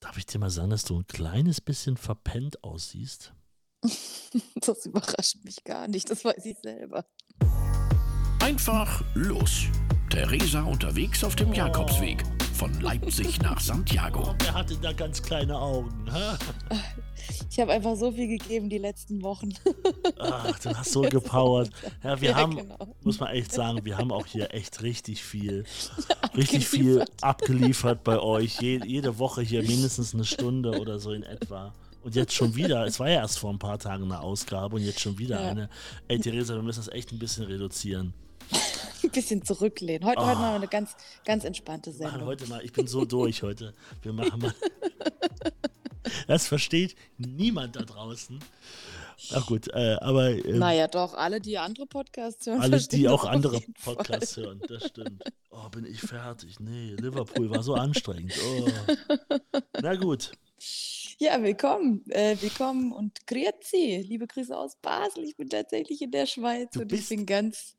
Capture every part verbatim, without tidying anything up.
Darf ich dir mal sagen, dass du ein kleines bisschen verpennt aussiehst? Das überrascht mich gar nicht, das weiß ich selber. Einfach los. Theresa unterwegs auf dem Jakobsweg. Von Leipzig nach Santiago. Wer hatte da ganz kleine Augen? Hä? Ich habe einfach so viel gegeben die letzten Wochen. Ach, du hast so gepowert. Ja, wir Ja, haben, genau. muss man echt sagen, wir haben auch hier echt richtig viel, richtig viel abgeliefert bei euch. Je, jede Woche hier mindestens eine Stunde oder so in etwa. Und jetzt schon wieder, es war ja erst vor ein paar Tagen eine Ausgabe und jetzt schon wieder Ja. eine. Ey, Theresa, wir müssen das echt ein bisschen reduzieren. Ein bisschen zurücklehnen. Heute, Oh. heute machen wir eine ganz, ganz entspannte Wir machen Sendung. heute mal, ich bin so durch heute. Wir machen mal. Das versteht niemand da draußen. Ach gut, äh, aber ähm, Naja, doch, alle, die andere Podcasts hören, alle, verstehen die das auch auf andere jeden Fall. Podcasts hören, das stimmt. Oh, bin ich fertig. Nee, Liverpool war so anstrengend. Oh. Na gut. Ja, willkommen. Äh, willkommen und grüezi. Liebe Grüße aus Basel. Ich bin tatsächlich in der Schweiz Du und ich bist- bin ganz,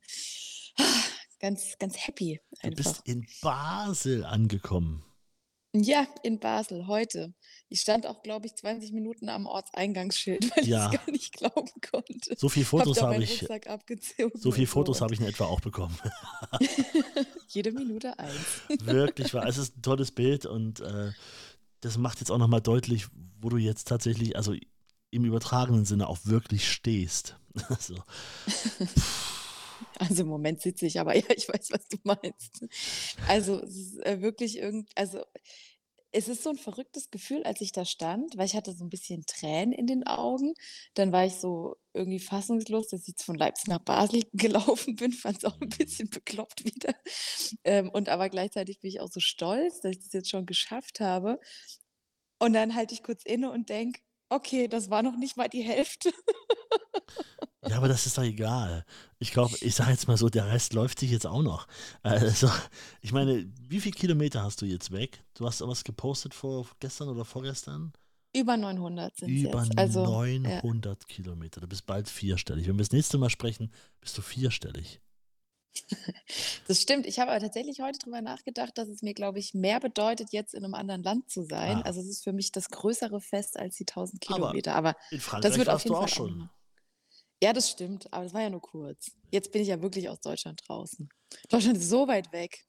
ganz, ganz happy Du einfach. bist in Basel angekommen. Ja, in Basel heute. Ich stand auch, glaube ich, zwanzig Minuten am Ortseingangsschild, weil Ja. ich es gar nicht glauben konnte. So viele Fotos Hab da habe meinen ich, Rucksack abgezogen so viele und Fotos und habe ich in etwa auch bekommen. Jede Minute eins. Wirklich war. Es ist ein tolles Bild und äh, das macht jetzt auch nochmal deutlich, wo du jetzt tatsächlich, also im übertragenen Sinne auch wirklich stehst. So. Also im Moment sitze ich, aber ja, ich weiß, was du meinst. Also es ist äh, wirklich irgend, also es ist so ein verrücktes Gefühl, als ich da stand, weil ich hatte so ein bisschen Tränen in den Augen. Dann war ich so irgendwie fassungslos, dass ich jetzt von Leipzig nach Basel gelaufen bin, fand es auch ein bisschen bekloppt wieder. Ähm, und aber gleichzeitig bin ich auch so stolz, dass ich das jetzt schon geschafft habe. Und dann halte ich kurz inne und denke, okay, das war noch nicht mal die Hälfte. Ja, aber das ist doch egal. Ich glaube, ich sage jetzt mal so, der Rest läuft sich jetzt auch noch. Also, ich meine, wie viele Kilometer hast du jetzt weg? Du hast was gepostet vor gestern oder vorgestern? Über neunhundert sind es Über jetzt. Also, ja. neunhundert Kilometer. Du bist bald vierstellig. Wenn wir das nächste Mal sprechen, bist du vierstellig. Das stimmt. Ich habe aber tatsächlich heute drüber nachgedacht, dass es mir, glaube ich, mehr bedeutet, jetzt in einem anderen Land zu sein. Ah. Also es ist für mich das größere Fest als die tausend Aber Kilometer. Aber In das Frankreich wird auf warst jeden du Fall auch auch schon. nochmal. Ja, das stimmt. Aber das war ja nur kurz. Jetzt bin ich ja wirklich aus Deutschland draußen. Deutschland ist so weit weg.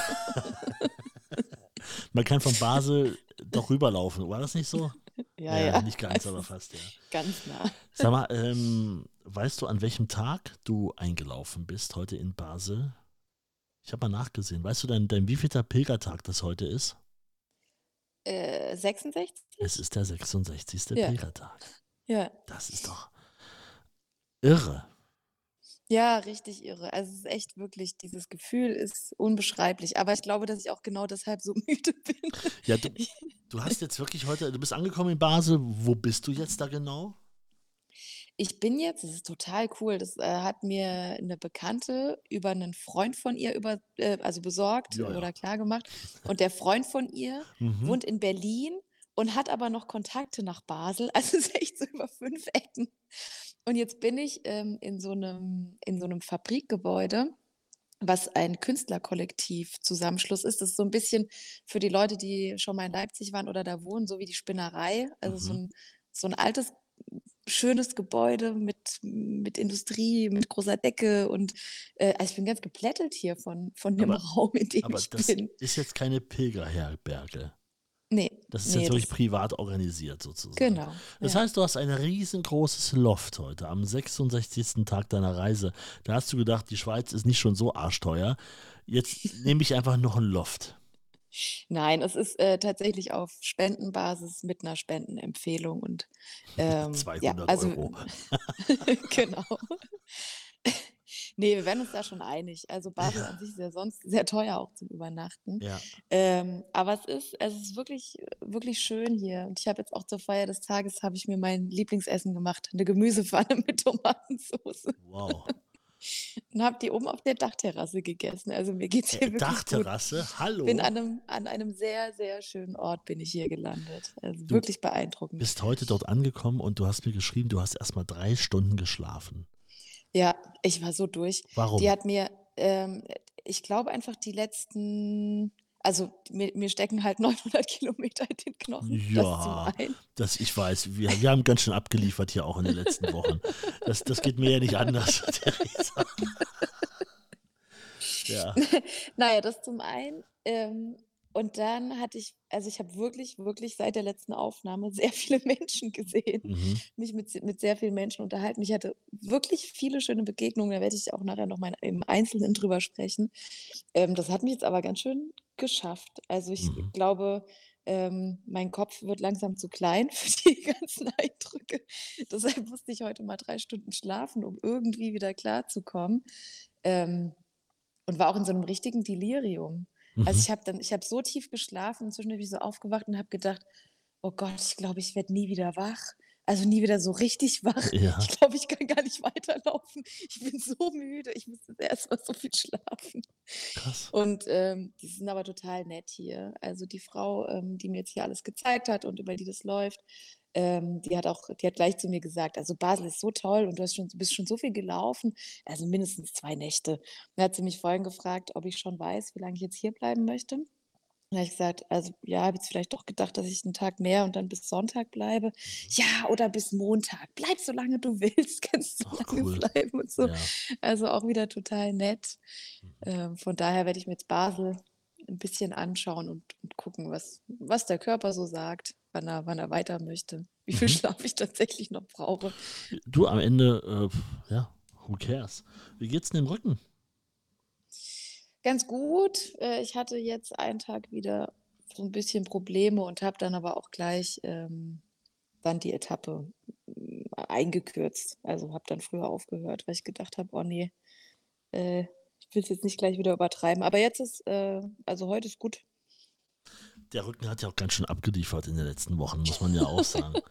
Man kann von Basel doch rüberlaufen, war das nicht so? Ja, ja. Nicht ganz, Also aber es ist fast, ja. Ganz nah. Sag mal, ähm, weißt du, an welchem Tag du eingelaufen bist heute in Basel? Ich habe mal nachgesehen. Weißt du dein, dein wievielter Pilgertag das heute ist? Äh, sechsundsechzig? Es ist der sechsundsechzigste Ja. Pilgertag. Ja. Das ist doch irre. Ja, richtig irre. Also es ist echt wirklich, dieses Gefühl ist unbeschreiblich. Aber ich glaube, dass ich auch genau deshalb so müde bin. Ja, du, du hast jetzt wirklich heute, du bist angekommen in Basel. Wo bist du jetzt da genau? Ich bin jetzt, das ist total cool, das äh, hat mir eine Bekannte über einen Freund von ihr über, äh, also besorgt Ja, ja. oder klargemacht. Und der Freund von ihr Mhm. wohnt in Berlin und hat aber noch Kontakte nach Basel. Also es ist echt so über fünf Ecken. Und jetzt bin ich ähm, in so einem, in so einem Fabrikgebäude, was ein Künstlerkollektiv Zusammenschluss ist. Das ist so ein bisschen für die Leute, die schon mal in Leipzig waren oder da wohnen, so wie die Spinnerei. Also so Mhm. ein, so ein altes, schönes Gebäude mit, mit Industrie, mit großer Decke. Und äh, also ich bin ganz geplättet hier von, von dem Aber- Raum, in dem Aber ich das bin. ist jetzt keine Pilgerherberge. Nee, Das ist nee, jetzt wirklich das, privat organisiert sozusagen. genau. Das ja. heißt, du hast ein riesengroßes Loft heute am sechsundsechzigsten Tag deiner Reise. Da hast du gedacht, die Schweiz ist nicht schon so arschteuer. Jetzt nehme ich einfach noch ein Loft. Nein, es ist äh, tatsächlich auf Spendenbasis mit einer Spendenempfehlung und ähm, ja, zweihundert also Euro. genau. Nee, wir werden uns da schon einig. Also Basel an sich ist ja sonst sehr teuer auch zum Übernachten. Ja. Ähm, aber es ist, es ist wirklich, wirklich schön hier. Und ich habe jetzt auch zur Feier des Tages habe ich mir mein Lieblingsessen gemacht, eine Gemüsepfanne mit Tomatensauce. Wow. Und habe die oben auf der Dachterrasse gegessen. Also mir geht's hier Äh, wirklich gut. Dachterrasse, hallo. Bin an einem, an einem sehr, sehr schönen Ort bin ich hier gelandet. Also Du wirklich beeindruckend. Bist heute dort angekommen und du hast mir geschrieben, du hast erst mal drei Stunden geschlafen. Ja, ich war so durch. Warum? Die hat mir, ähm, ich glaube einfach die letzten, Also mir, mir stecken halt neunhundert Kilometer in den Knochen, das zum Ja, einen. das, ich weiß, wir, wir haben ganz schön abgeliefert hier auch in den letzten Wochen. Das, das geht mir ja nicht anders, Theresa. Ja. Naja, das zum einen. Ähm, und dann hatte ich, also ich habe wirklich, wirklich seit der letzten Aufnahme sehr viele Menschen gesehen, Mhm. mich mit, se- mit sehr vielen Menschen unterhalten. Ich hatte wirklich viele schöne Begegnungen, da werde ich auch nachher noch mal im Einzelnen drüber sprechen. Ähm, das hat mich jetzt aber ganz schön geschafft. Also ich Mhm. glaube, ähm, mein Kopf wird langsam zu klein für die ganzen Eindrücke. Deshalb musste ich heute mal drei Stunden schlafen, um irgendwie wieder klarzukommen. Ähm, und war auch in so einem richtigen Delirium. Also, Mhm. ich habe dann ich habe so tief geschlafen und zwischendurch bin ich so aufgewacht und habe gedacht: „Oh Gott, ich glaube, ich werde nie wieder wach. Also, nie wieder so richtig wach. Ich Ja, glaube, ich kann gar nicht weiterlaufen. Ich bin so müde. Ich muss jetzt erst mal so viel schlafen.“ krass. Und, ähm, die sind aber total nett hier. Also, die Frau, ähm, die mir jetzt hier alles gezeigt hat und über die das läuft, ähm, die hat auch die hat gleich zu mir gesagt: „Also, Basel ist so toll und du hast schon du bist schon so viel gelaufen, also mindestens zwei Nächte.“ Dann hat sie mich vorhin gefragt, ob ich schon weiß, wie lange ich jetzt hier bleiben möchte. Dann habe ich gesagt: „Also, ja, habe jetzt vielleicht doch gedacht, dass ich einen Tag mehr und dann bis Sonntag bleibe.“ Mhm. „Ja, oder bis Montag. Bleib so lange du willst, kannst so Ach, lange cool. bleiben“ und so. Ja. Also, auch wieder total nett. Mhm. Ähm, von daher werde ich mir jetzt Basel ein bisschen anschauen und und gucken, was was der Körper so sagt, wann er wann er weiter möchte, wie viel Mhm. Schlaf ich tatsächlich noch brauche. Du am Ende, äh, ja, who cares? Wie geht's denn dem Rücken? Ganz gut. Äh, ich hatte jetzt einen Tag wieder so ein bisschen Probleme und habe dann aber auch gleich, ähm, dann die Etappe, hm, eingekürzt. Also, habe dann früher aufgehört, weil ich gedacht habe: „Oh ne, äh, ich will's jetzt nicht gleich wieder übertreiben.“ Aber jetzt ist äh, also, heute ist gut. Der Rücken hat ja auch ganz schön abgeliefert in den letzten Wochen, muss man ja auch sagen.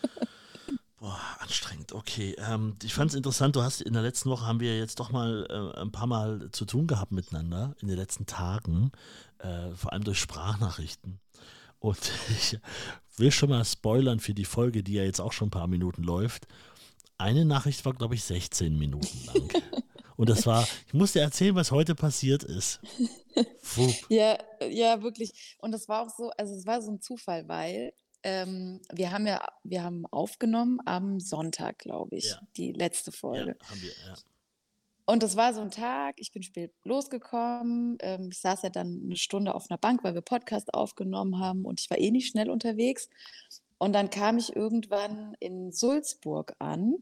Boah, anstrengend. Okay, ähm, ich fand es interessant, du hast in der letzten Woche haben wir jetzt doch mal äh, ein paar Mal zu tun gehabt miteinander, in den letzten Tagen, äh, vor allem durch Sprachnachrichten. Und ich will schon mal spoilern für die Folge, die ja jetzt auch schon ein paar Minuten läuft. Eine Nachricht war, glaube ich, sechzehn Minuten lang. Und das war, ich muss dir erzählen, was heute passiert ist. Wupp. Ja, ja, wirklich. Und das war auch so, also, es war so ein Zufall, weil, ähm, wir haben ja wir haben aufgenommen am Sonntag, glaube ich, Ja, die letzte ja, Folge. haben wir, ja. Und das war so ein Tag, ich bin spät losgekommen. Ähm, ich saß ja dann eine Stunde auf einer Bank, weil wir Podcast aufgenommen haben und ich war eh nicht schnell unterwegs. Und dann kam ich irgendwann in Sulzburg an,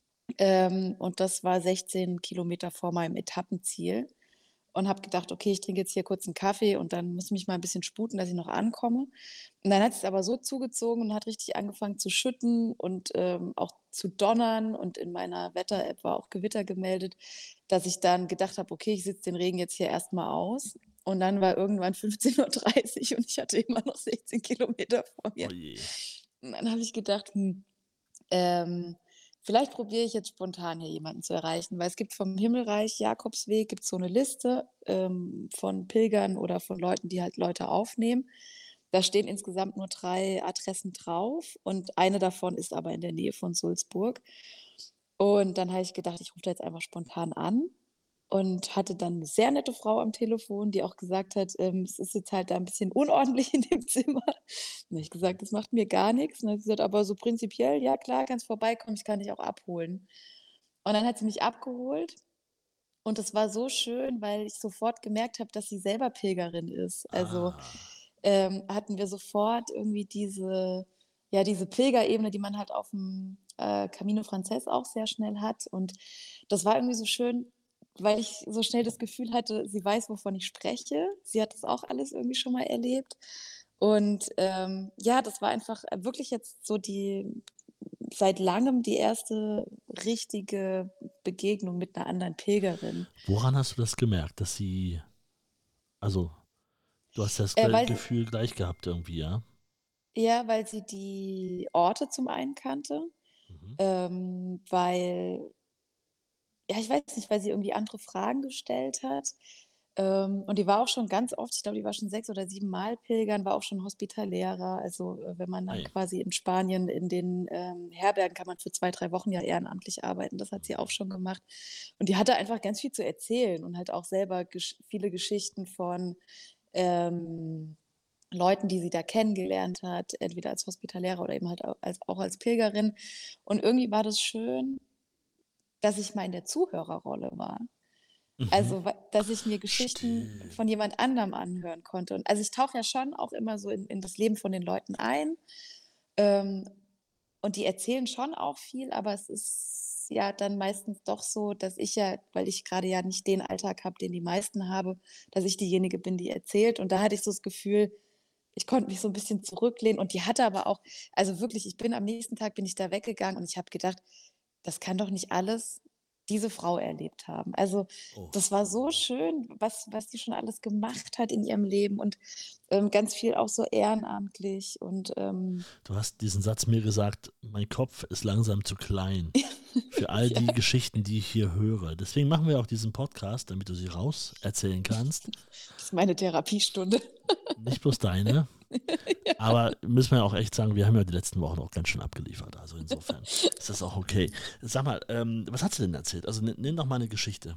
ähm, und das war sechzehn Kilometer vor meinem Etappenziel und habe gedacht: „Okay, ich trinke jetzt hier kurz einen Kaffee und dann muss ich mich mal ein bisschen sputen, dass ich noch ankomme.“ Und dann hat es aber so zugezogen und hat richtig angefangen zu schütten und, ähm, auch zu donnern und in meiner Wetter-App war auch Gewitter gemeldet, dass ich dann gedacht habe: „Okay, ich sitze den Regen jetzt hier erst mal aus.“ Und dann war irgendwann fünfzehn Uhr dreißig und ich hatte immer noch sechzehn Kilometer vor Oh mir. je. Und dann habe ich gedacht: „Hm, ähm, vielleicht probiere ich jetzt spontan hier jemanden zu erreichen“, weil es gibt vom Himmelreich Jakobsweg gibt's so eine Liste, ähm, von Pilgern oder von Leuten, die halt Leute aufnehmen. Da stehen insgesamt nur drei Adressen drauf und eine davon ist aber in der Nähe von Sulzburg. Und dann habe ich gedacht, ich rufe da jetzt einfach spontan an und hatte dann 'ne sehr nette Frau am Telefon, die auch gesagt hat, ähm, es ist jetzt halt da 'n bisschen unordentlich in dem Zimmer. Dann habe ich gesagt: „Das macht mir gar nix.“ Und dann hat sie gesagt: „Aber so prinzipiell, ja klar, kannst vorbeikommen, ich kann dich auch abholen.“ Und dann hat sie mich abgeholt und das war so schön, weil ich sofort gemerkt habe, dass sie selber Pilgerin ist. Also, Ah. ähm, hatten wir sofort irgendwie diese ja, diese Pilgerebene, die man halt aufm, äh, Camino Frances auch sehr schnell hat. Und das war irgendwie so schön, weil ich so schnell das Gefühl hatte, sie weiß, wovon ich spreche. Sie hat das auch alles irgendwie schon mal erlebt. Und, ähm, ja, das war einfach, äh, wirklich jetzt so die seit Langem die erste richtige Begegnung mit 'ner anderen Pilgerin. Woran hast du das gemerkt, dass sie, also, du hast das Äh, Ge weil Gefühl gleich gehabt irgendwie, ja? ja, weil sie die Orte zum einen kannte, Mhm. ähm, weil ja, ich weiß nicht, weil sie irgendwie andere Fragen gestellt hat. Ähm, und die war auch schon ganz oft, ich glaube, die war schon sechs oder sieben Mal pilgern, war auch schon Hospitalärer. Also, äh, wenn man dann Ei. quasi in Spanien in den, ähm, Herbergen kann man für zwei drei Wochen ja ehrenamtlich arbeiten. Das hat sie auch Mhm. schon gemacht. Und die hatte einfach ganz viel zu erzählen und halt auch selber gesch viele Geschichten von, ähm, Leuten, die sie da kennengelernt hat, entweder als Hospitalehrer oder eben halt au als auch als Pilgerin. Und irgendwie war das schön, dass ich mal in der Zuhörerrolle war. Mhm. Also, wa dass ich mir Geschichten Stimmt. von jemand anderem anhören konnte. Und also, ich tauche ja schon auch immer so in in das Leben von den Leuten ein, ähm, und die erzählen schon auch viel, aber es ist ja dann meistens doch so, dass ich ja, weil ich gerade ja nicht den Alltag habe, den die meisten haben, dass ich diejenige bin, die erzählt. Und da hatte ich so das Gefühl, ich konnte mich so ein bisschen zurücklehnen und die hatte aber auch, also wirklich, ich bin am nächsten Tag bin ich da weggegangen und ich habe gedacht: „Das kann doch nicht alles diese Frau erlebt haben.“ Also, Oh. das war so schön, was was die schon alles gemacht hat in ihrem Leben und, ähm, ganz viel auch so ehrenamtlich und, ähm Du hast diesen Satz mir gesagt: „Mein Kopf ist langsam zu klein für all ja, die Geschichten, die ich hier höre.“ Deswegen machen wir auch diesen Podcast, damit du sie raus erzählen kannst. das ist meine Therapiestunde. Nicht bloß deine, aber müssen wir auch echt sagen, wir haben ja die letzten Wochen auch ganz schön abgeliefert. Also insofern ist das auch okay. Sag mal, ähm, was hat sie denn erzählt? Also nenn nenn doch mal eine Geschichte.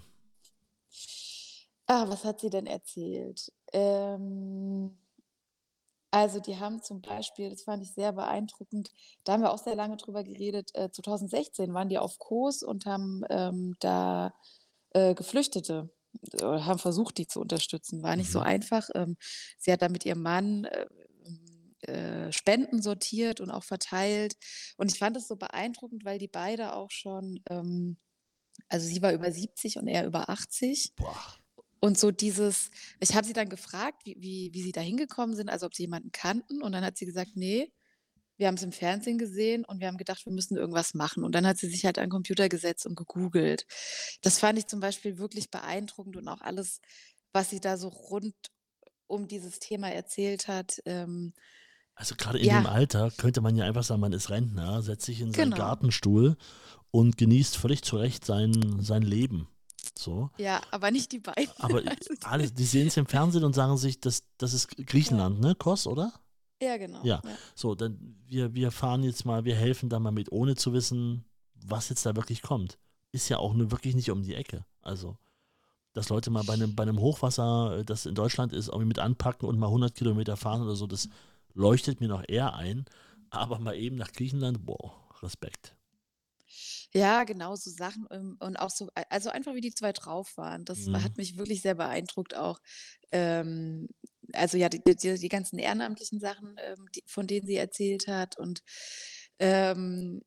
Ah, was hat sie denn erzählt? Ähm Also, die haben zum Beispiel, das fand ich sehr beeindruckend, da haben wir auch sehr lange drüber geredet, äh, zwanzig sechzehn waren die auf Kos und haben, ähm, da, äh, Geflüchtete oder haben versucht, die zu unterstützen. War nicht so Mhm. einfach. Ähm, sie hat da mit ihrem Mann, äh, hm, äh, Spenden sortiert und auch verteilt. Und ich fand das so beeindruckend, weil die beide auch schon, ähm also, sie war über siebzig und er über achtzig. Boah. Und so dieses, ich habe sie dann gefragt, wie wie wie sie da hingekommen sind, also ob sie jemanden kannten. Und dann hat sie gesagt: „Ne, wir haben es im Fernsehen gesehen und wir haben gedacht, wir müssen irgendwas machen.“ Und dann hat sie sich halt an 'n Computer gesetzt und gegoogelt. Das fand ich zum Beispiel wirklich beeindruckend und auch alles, was sie da so rund um dieses Thema erzählt hat. Ähm, Also gerade in dem ja, Alter könnte man ja einfach sagen, man ist Rentner, setzt sich in seinen genau. Gartenstuhl und genießt völlig zu Recht sein sein Leben. So. Ja, aber nicht die beiden. Aber Also, alles, die die sehen es im Fernsehen und sagen sich, das, das ist ja, Griechenland, ne? Kos, oder? ja, genau, Ja. ja. So, dann wir, wir fahren jetzt mal, wir helfen da mal mit, ohne zu wissen, was jetzt da wirklich kommt. Ist ja auch nur wirklich nicht um die Ecke. Also, dass Leute mal bei einem, bei einem Hochwasser, äh, das in Deutschland ist, irgendwie mit anpacken und mal hundert Kilometer fahren oder so, das leuchtet mir noch eher ein. Aber mal eben nach Griechenland, wow, Respekt. Ja, genau, so Sachen, ähm, und auch so, a also einfach, wie die zwei drauf waren. Das war Mhm. hat mich wirklich sehr beeindruckt auch. Ähm, also ja, die die die ganzen ehrenamtlichen Sachen, ähm, die von denen sie erzählt hat und, ähm,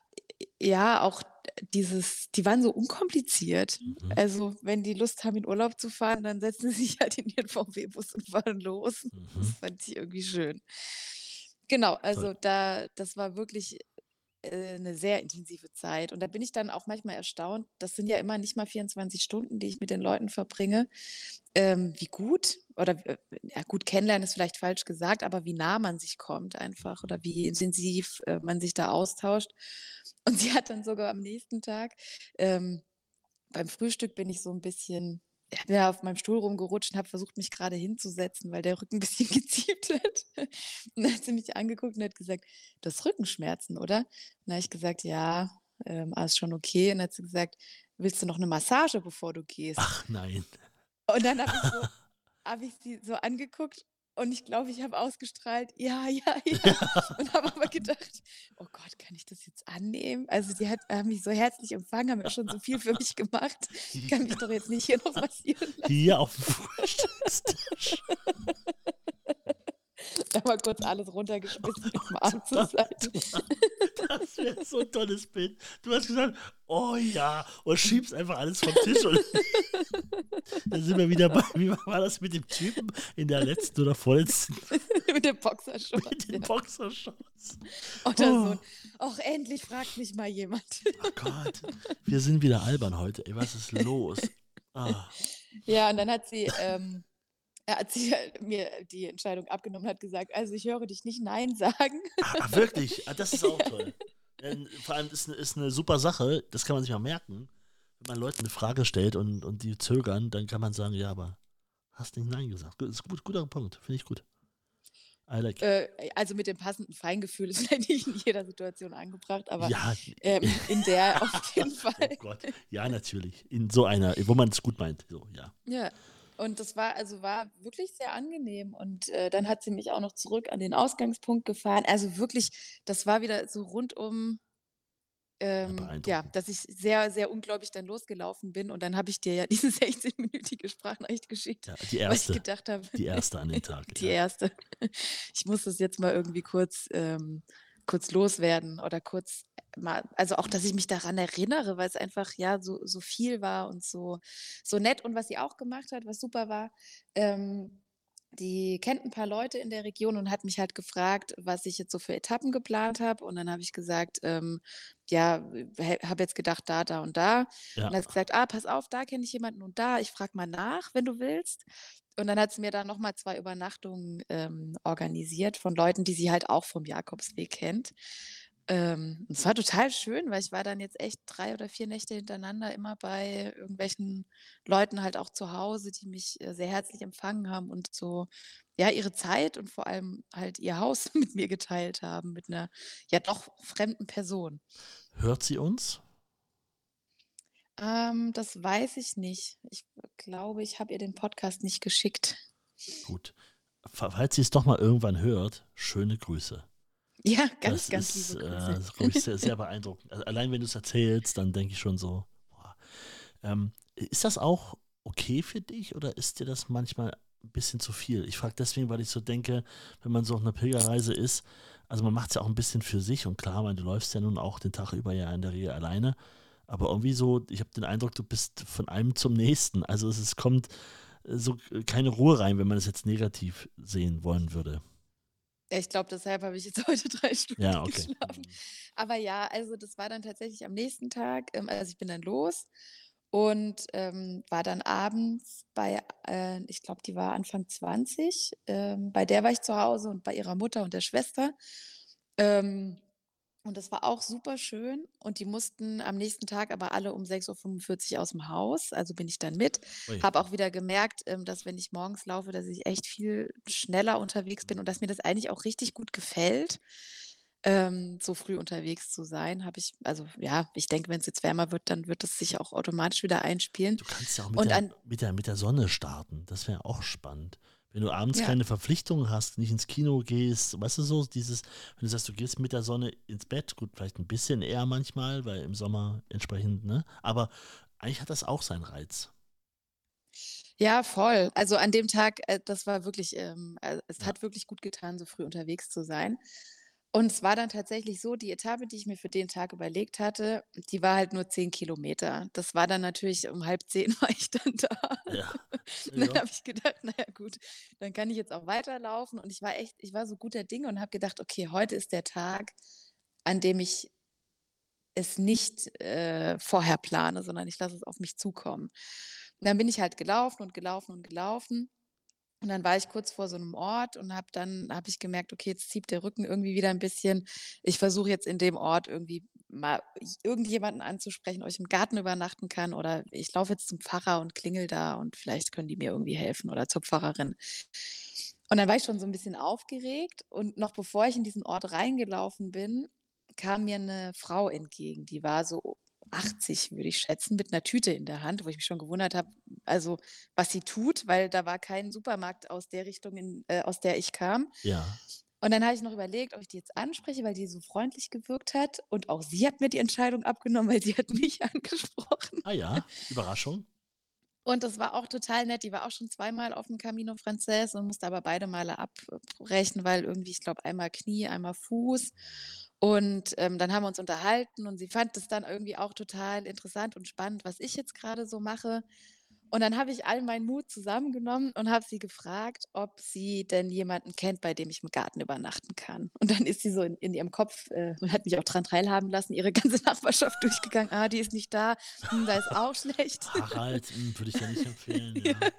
ja, auch dieses, die waren so unkompliziert. Mhm. Also, wenn die Lust haben, in Urlaub zu fahren, dann setzen sie sich halt in ihren V W-Bus und fahren los. Das Mhm. fand ich irgendwie schön. Genau, Toll. also da, das war wirklich äh, 'ne sehr intensive Zeit. Und da bin ich dann auch manchmal erstaunt, das sind ja immer nicht mal vierundzwanzig Stunden, die ich mit den Leuten verbringe, ähm, wie gut oder w äh, ja, gut kennenlernen ist vielleicht falsch gesagt, aber wie nah man sich kommt einfach oder wie intensiv, äh, man sich da austauscht. Und sie hat dann sogar am nächsten Tag, ähm beim Frühstück bin ich so 'n bisschen, ja, bin ja auf meinem Stuhl rumgerutscht und habe versucht, mich grade hinzusetzen, weil der Rücken 'n bisschen geziebt hat. Und dann hat sie mich angeguckt und hat gesagt: „Du hast Rückenschmerzen, oder?“ Und dann habe ich gesagt: „Ja, ähm, alles schon okay.“ Und dann hat sie gesagt: „Willst du noch 'ne Massage, bevor du gehst?“ Ach nein. Und dann habe ich so habe ich sie so angeguckt und ich glaube, ich habe ausgestrahlt: „Ja, ja, ja.“ Und habe aber gedacht: „Oh Gott, kann ich das jetzt annehmen?“ Also, die hat haben mich so herzlich empfangen, haben ja schon so viel für mich gemacht. Ich kann mich doch jetzt nicht hier noch massieren lassen. Hier auf dem Frühstückstisch. Einmal kurz alles Oh runtergeschmissen mit dem Gott, Arm zur das, Seite. du, das wäre so ein tolles Bild. Du hast gesagt, oh ja, und schiebst einfach alles vom Tisch. Und dann sind wir wieder bei, wie war das mit dem Typen in der letzten oder vorletzten, Mit dem Boxershorts, mit ja. den Boxershorts. Oder so Oh, 'n: „Och, endlich fragt mich mal jemand.“ oh Gott, wir sind wieder albern heute. Ey, was ist los? Ah, Ja, und dann hat sie, ähm ja, hat sie halt mir die Entscheidung abgenommen und hat gesagt: „Also, ich höre dich nicht nein sagen.“ ah, ah, wirklich? Ah, das ist auch Ja. toll. Ähm, vor allem ist, ne- ist eine super Sache, das kann man sich mal merken. Wenn man Leuten eine Frage stellt und, und die zögern, dann kann man sagen, ja, aber hast nicht Nein gesagt. Gut, ist gut, guter Punkt, finde ich gut. I like. Äh, also, mit dem passenden Feingefühl ist vielleicht nicht in jeder Situation angebracht, aber, Ja, ähm, in der auf jeden oh Fall. Gott. Ja, natürlich. In so einer, wo man es gut meint. So, ja. Ja. Und das war also war wirklich sehr angenehm. Und, äh, dann hat sie mich auch noch zurück an den Ausgangspunkt gefahren. Also wirklich, das war wieder so rundum, Ja, ähm, ja, beeindruckend. dass ich sehr, sehr ungläubig dann losgelaufen bin. Und dann habe ich dir ja diese sechzehnminütige Sprachnachricht geschickt, Ja, die weil ich erste. gedacht habe Die erste an den Tag, die ja. erste. Ich muss das jetzt mal irgendwie kurz ähm, kurz loswerden oder kurz mal also auch, dass ich mich daran erinnere, weil es einfach, ja, so so viel war und so so nett. Und was sie auch gemacht hat, was super war, ähm, die kennt ein paar Leute in der Region und hat mich halt gefragt, was ich jetzt so für Etappen geplant habe. Und dann habe ich gesagt, ähm, ja, äh, habe jetzt gedacht, da, da und da. Und Ja, dann hat sie gesagt: „Ah, pass auf, da kenne ich jemanden und da, ich frage mal nach, wenn du willst.“ Und dann hat sie mir da noch mal zwei Übernachtungen, ähm, organisiert von Leuten, die sie halt auch vom Jakobsweg kennt. Ähm, es war total schön, weil ich war dann jetzt echt drei oder vier Nächte hintereinander immer bei irgendwelchen Leuten halt auch zu Hause, die mich, äh, sehr herzlich empfangen haben und so, ja, ihre Zeit und vor allem halt ihr Haus mit mir geteilt haben, mit einer ja doch fremden Person. hört sie uns? Ähm, das weiß ich nicht. Ich glaube, ich habe ihr den Podcast nicht geschickt. Gut. Fa falls sie es doch mal irgendwann hört, schöne Grüße. Ja, ganz, Das ganz ist, liebe äh, Grüße. glaube ich, sehr, sehr beeindruckend. Also allein wenn du es erzählst, dann denke ich schon so, boah. Ähm, ist das auch okay für dich oder ist dir das manchmal ein bisschen zu viel? Ich frage deswegen, weil ich so denke, wenn man so auf einer Pilgerreise ist, also man macht es ja auch ein bisschen für sich und klar, weil du läufst ja nun auch den Tag über ja in der Regel alleine, aber irgendwie so, ich habe den Eindruck, du bist von einem zum nächsten. Also es, es kommt äh, so äh, keine Ruhe rein, wenn man es jetzt negativ sehen wollen würde. Ja, ich glaube, deshalb habe ich jetzt heute drei Stunden Ja, okay. geschlafen. Aber ja, also das war dann tatsächlich am nächsten Tag, ähm, also ich bin dann los und, ähm, war dann abends bei, äh ich glaube, die war Anfang zwanzig, ähm, bei der war ich zu Hause und bei ihrer Mutter und der Schwester. Ähm Und das war auch super schön und die mussten am nächsten Tag aber alle um sechs Uhr fünfundvierzig aus dem Haus, also bin ich dann mit. Ui. Habe auch wieder gemerkt, ähm, dass wenn ich morgens laufe, dass ich echt viel schneller unterwegs bin und dass mir das eigentlich auch richtig gut gefällt, ähm, so früh unterwegs zu sein. Habe ich also ja, ich denke, wenn es jetzt wärmer wird, dann wird es sich auch automatisch wieder einspielen. Du kannst ja auch mit Und der, an mit der, mit der Sonne starten. Das wäre auch spannend. Wenn du abends ja. keine Verpflichtungen hast, nicht ins Kino gehst, weißt du so, dieses, wenn du sagst, du gehst mit der Sonne ins Bett, gut, vielleicht ein bisschen eher manchmal, weil im Sommer entsprechend, ne? Aber eigentlich hat das auch seinen Reiz. Ja, voll. Also, an dem Tag, äh, das war wirklich, ähm äh, es Ja, hat wirklich gut getan, so früh unterwegs zu sein. Und es war dann tatsächlich so, die Etappe, die ich mir für den Tag überlegt hatte, die war halt nur zehn Kilometer. Das war dann natürlich um halb zehn war ich dann da. ja, Und dann ja. habe ich gedacht: „Na ja, gut, dann kann ich jetzt auch weiterlaufen.“ Und ich war echt ich war so guter Dinge und habe gedacht: „Okay, heute ist der Tag, an dem ich es nicht, äh, vorher plane, sondern ich lasse es auf mich zukommen.“ Und dann bin ich halt gelaufen und gelaufen und gelaufen. Und dann war ich kurz vor so einem Ort und habe dann habe ich gemerkt: „Okay, jetzt zieht der Rücken irgendwie wieder ein bisschen. Ich versuche jetzt in dem Ort irgendwie mal irgendjemanden anzusprechen, ob ich im Garten übernachten kann oder ich laufe jetzt zum Pfarrer und klingel da und vielleicht können die mir irgendwie helfen oder zur Pfarrerin.“ Und dann war ich schon so ein bisschen aufgeregt und noch bevor ich in diesen Ort reingelaufen bin, kam mir eine Frau entgegen, die war so achtzig, würde ich schätzen, mit einer Tüte in der Hand, wo ich mich schon gewundert habe, also, was sie tut, weil da war kein Supermarkt aus der Richtung, in äh, aus der ich kam. Ja. Und dann habe ich noch überlegt, ob ich die jetzt anspreche, weil die so freundlich gewirkt hat und auch sie hat mir die Entscheidung abgenommen, weil sie hat mich angesprochen. Ah ja, Überraschung. Und das war auch total nett. Die war auch schon zweimal auf dem Camino Frances und musste aber beide Male abbrechen, weil irgendwie, ich glaube, einmal Knie, einmal Fuß. Und, ähm, dann haben wir uns unterhalten und sie fand es dann irgendwie auch total interessant und spannend, was ich jetzt gerade so mache. Und dann habe ich all meinen Mut zusammengenommen und habe sie gefragt, ob sie denn jemanden kennt, bei dem ich im Garten übernachten kann. Und dann ist sie so in in ihrem Kopf, äh und hat mich auch dran teilhaben lassen, ihre ganze Nachbarschaft durchgegangen. „Ah, die ist nicht da. Hm, da ist auch schlecht.“ Harald, hm, würde ich ja nicht empfehlen, Ja. ja.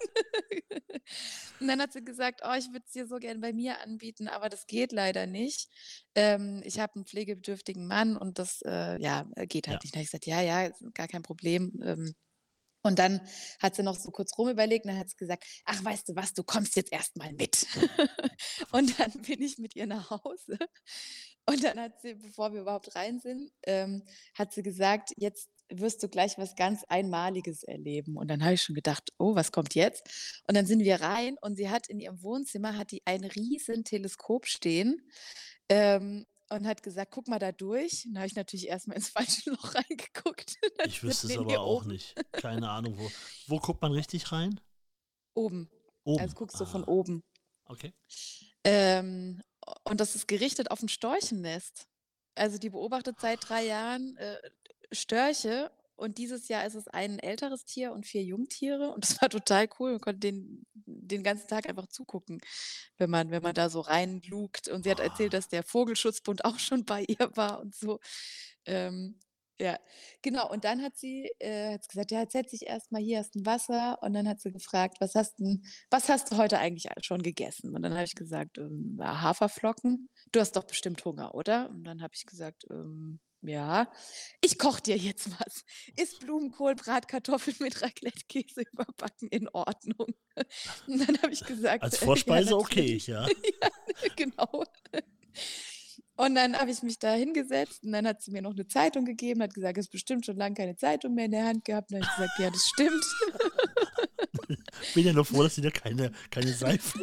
Und dann hat sie gesagt: „Oh, ich würde es dir so gern bei mir anbieten, aber das geht leider nicht. Ähm, ich habe 'n pflegebedürftigen Mann und das, äh, ja, äh, geht Ja, halt nicht.“ Da habe ich gesagt: „Ja, ja, ist gar kein Problem.“ Ähm, und dann hat sie noch so kurz rumüberlegt und dann hat sie gesagt: „Ach, weißt du was, du kommst jetzt erst mal mit.“ ach Und was. dann bin ich mit ihr nach Hause und dann hat sie, bevor wir überhaupt rein sind, ähm, hat sie gesagt: „Jetzt wirst du gleich was ganz Einmaliges erleben. Und dann habe ich schon gedacht: „Oh, was kommt jetzt?“ Und dann sind wir rein und sie hat in ihrem Wohnzimmer hat die ein riesen Teleskop stehen, ähm, und hat gesagt: „Guck mal da durch.“ Und da habe ich natürlich erst mal ins falsche Loch reingeguckt. Dann Ich gesagt: wüsste es „Ne, aber ne, auch oben.“ nicht. Keine Ahnung, wo. Wo guckt man richtig rein? Oben. Also, Oben. guckst du von Ah, oben. okay. Ähm, und das ist gerichtet auf 'n Storchennest. Also, die beobachtet seit drei Jahren, äh, Störche und dieses Jahr ist es ein älteres Tier und vier Jungtiere und das war total cool. Man konnte den den ganzen Tag einfach zugucken, wenn man wenn man da so reinlugt. Und sie hat erzählt, Ah, dass der Vogelschutzbund auch schon bei ihr war und so. Ähm, ja, genau. Und dann hat sie äh, hat sie gesagt: „Ja, jetzt setz dich erst mal hier, hast 'n Wasser.“ Und dann hat sie gefragt: „Was hast 'n was hast du heute eigentlich a schon gegessen?“ Und dann habe ich gesagt: „Ähm, ja, Haferflocken. Du hast doch bestimmt Hunger, oder?“ Und dann habe ich gesagt: „Ähm, ja. Ich koche dir jetzt was. Ist Blumenkohl, Bratkartoffeln mit Raclette-Käse überbacken in Ordnung?“ Und dann habe ich gesagt: als „Äh, ja, Vorspeise okay, natürlich.“ ja. Ja, genau. Und dann habe ich mich da hingesetzt und dann hat sie mir noch 'ne Zeitung gegeben, hat gesagt: „Hast bestimmt schon lang keine Zeitung mehr in der Hand gehabt.“ Und dann habe ich gesagt: „Ja, das stimmt.“ Bin ja nur froh, dass sie dir keine, keine Seife.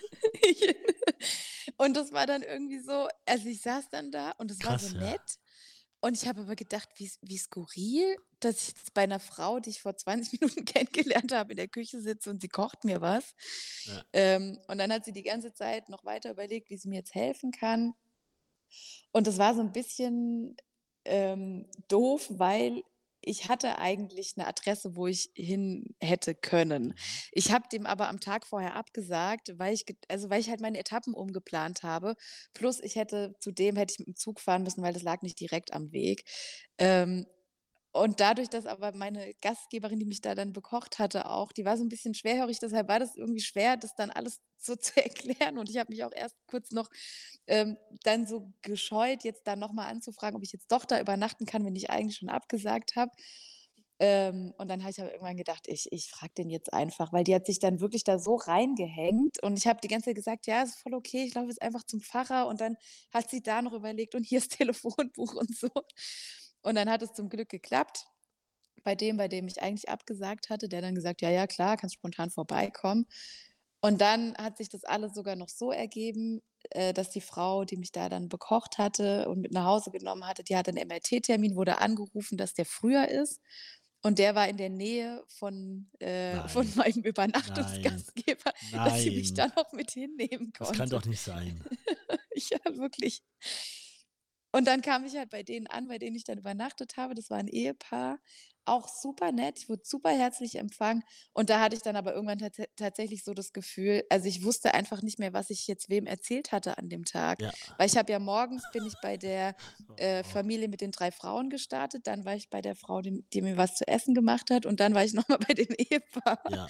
Und das war dann irgendwie so also, ich saß dann da und es war so Krass, ja. nett. Und ich habe aber gedacht: „Wie wie skurril, dass ich jetzt bei 'ner Frau, die ich vor zwanzig Minuten kennengelernt habe, in der Küche sitze und sie kocht mir was.“ Ja. Ähm, und dann hat sie die ganze Zeit noch weiter überlegt, wie sie mir jetzt helfen kann. Und das war so 'n bisschen, ähm, doof, weil ich hatte eigentlich 'ne Adresse, wo ich hin hätte können. Mhm. Ich habe dem aber am Tag vorher abgesagt, weil ich get also, weil ich halt meine Etappen umgeplant habe. Plus ich hätte zudem hätte ich mit dem Zug fahren müssen, weil das lag nicht direkt am Weg. Ähm, und dadurch, dass aber meine Gastgeberin, die mich da dann bekocht hatte auch, die war so 'n bisschen schwerhörig, deshalb war das irgendwie schwer, das dann alles so zu erklären. Und ich habe mich auch erst kurz noch, ähm, dann so gescheut, jetzt da noch mal anzufragen, ob ich jetzt doch da übernachten kann, wenn ich eigentlich schon abgesagt habe. Ähm, und dann habe ich aber irgendwann gedacht: „Ich ich frage den jetzt einfach“, weil die hat sich dann wirklich da so reingehängt und ich habe die ganze Zeit gesagt: „Ja, ist voll okay, ich laufe jetzt einfach zum Pfarrer.“ Und dann hat sie da noch überlegt und hier ist Telefonbuch und so. Und dann hat es zum Glück geklappt bei dem, bei dem ich eigentlich abgesagt hatte. Der hat dann gesagt: „Ja, ja, klar, kannst spontan vorbeikommen.“ Und dann hat sich das alles sogar noch so ergeben, äh, dass die Frau, die mich da dann bekocht hatte und mit nach Hause genommen hatte, die hatte 'n M R T-Termin, wurde angerufen, dass der früher ist. Und der war in der Nähe von äh, von Nein. meinem Nein. Übernachtungsgastgeber, dass sie mich Nein. da noch mit hinnehmen Das kann konnte. doch nicht sein. Ja, wirklich. Und dann kam ich halt bei denen an, bei denen ich dann übernachtet habe. Das war 'n Ehepaar, auch super nett. Ich wurde super herzlich empfangen. Und da hatte ich dann aber irgendwann tats tatsächlich so das Gefühl also, ich wusste einfach nicht mehr, was ich jetzt wem erzählt hatte an dem Tag. Ja. Weil ich habe ja morgens bin ich bei der, äh, Oh. Familie mit den drei Frauen gestartet, dann war ich bei der Frau, die die mir was zu essen gemacht hat und dann war ich noch mal bei dem Ehepaar. Ja.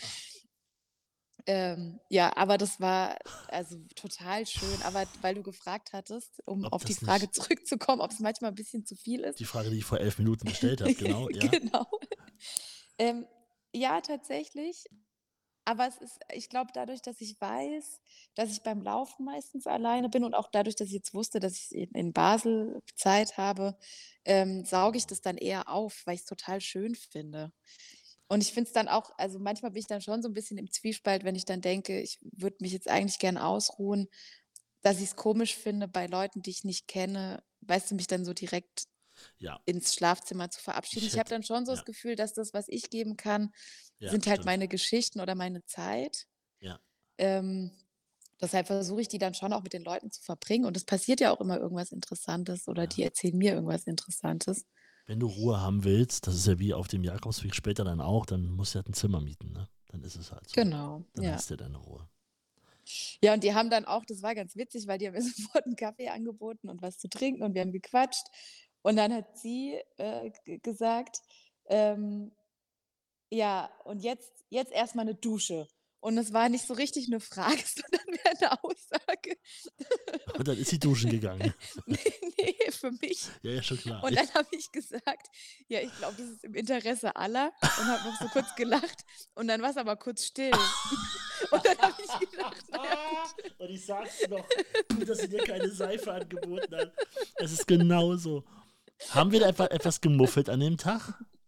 Ähm, ja, aber das war also total schön. Aber weil du gefragt hattest, um Ob auf die das Frage nicht zurückzukommen, ob's manchmal 'n bisschen zu viel ist. die Frage, die ich vor elf Minuten gestellt habe, genau, ja. Genau. Ähm, ja, tatsächlich. Aber es ist ich glaube, dadurch, dass ich weiß, dass ich beim Laufen meistens alleine bin und auch dadurch, dass ich jetzt wusste, dass ich in in Basel Zeit habe, ähm, sauge ich das dann eher auf, weil ich's total schön finde. Und ich finde es dann auch also, manchmal bin ich dann schon so 'n bisschen im Zwiespalt, wenn ich dann denke, ich würde mich jetzt eigentlich gern ausruhen, dass ich's komisch finde, bei Leuten, die ich nicht kenne, weißt du, mich dann so direkt Ja. ins Schlafzimmer zu verabschieden. Ich Ich habe hätte dann schon so das ja. Gefühl, dass das, was ich geben kann, Ja, sind halt stimmt. meine Geschichten oder meine Zeit. Ja. Ähm, deshalb versuche ich die dann schon auch mit den Leuten zu verbringen und es passiert ja auch immer irgendwas Interessantes oder Ja. die erzählen mir irgendwas Interessantes. Wenn du Ruhe haben willst, das ist ja wie auf dem Jakobsweg später dann auch, dann musst du halt 'n Zimmer mieten, ne? Dann ist es halt so. Genau, Dann ja. hast du deine Ruhe. Ja, und die haben dann auch das war ganz witzig, weil die haben mir sofort 'n Kaffee angeboten und was zu trinken und wir haben gequatscht. Und dann hat sie, äh, g gesagt, ähm: „Ja, und jetzt jetzt erst mal 'ne Dusche.“ Und es war nicht so richtig 'ne Frage, sondern mehr 'ne Aussage. Und dann ist sie duschen gegangen. Ne, ne, für mich. Ja, ja, schon klar. Und dann habe ich gesagt: „Ja, ich glaube, das ist im Interesse aller“ und habe noch so kurz gelacht und dann war's aber kurz still. Und dann habe ich gedacht: „Na ja, gut.“ Und ich sag's noch, gut, dass sie dir keine Seife angeboten hat. Es ist genauso. Haben wir da etwa etwas gemuffelt an dem Tag?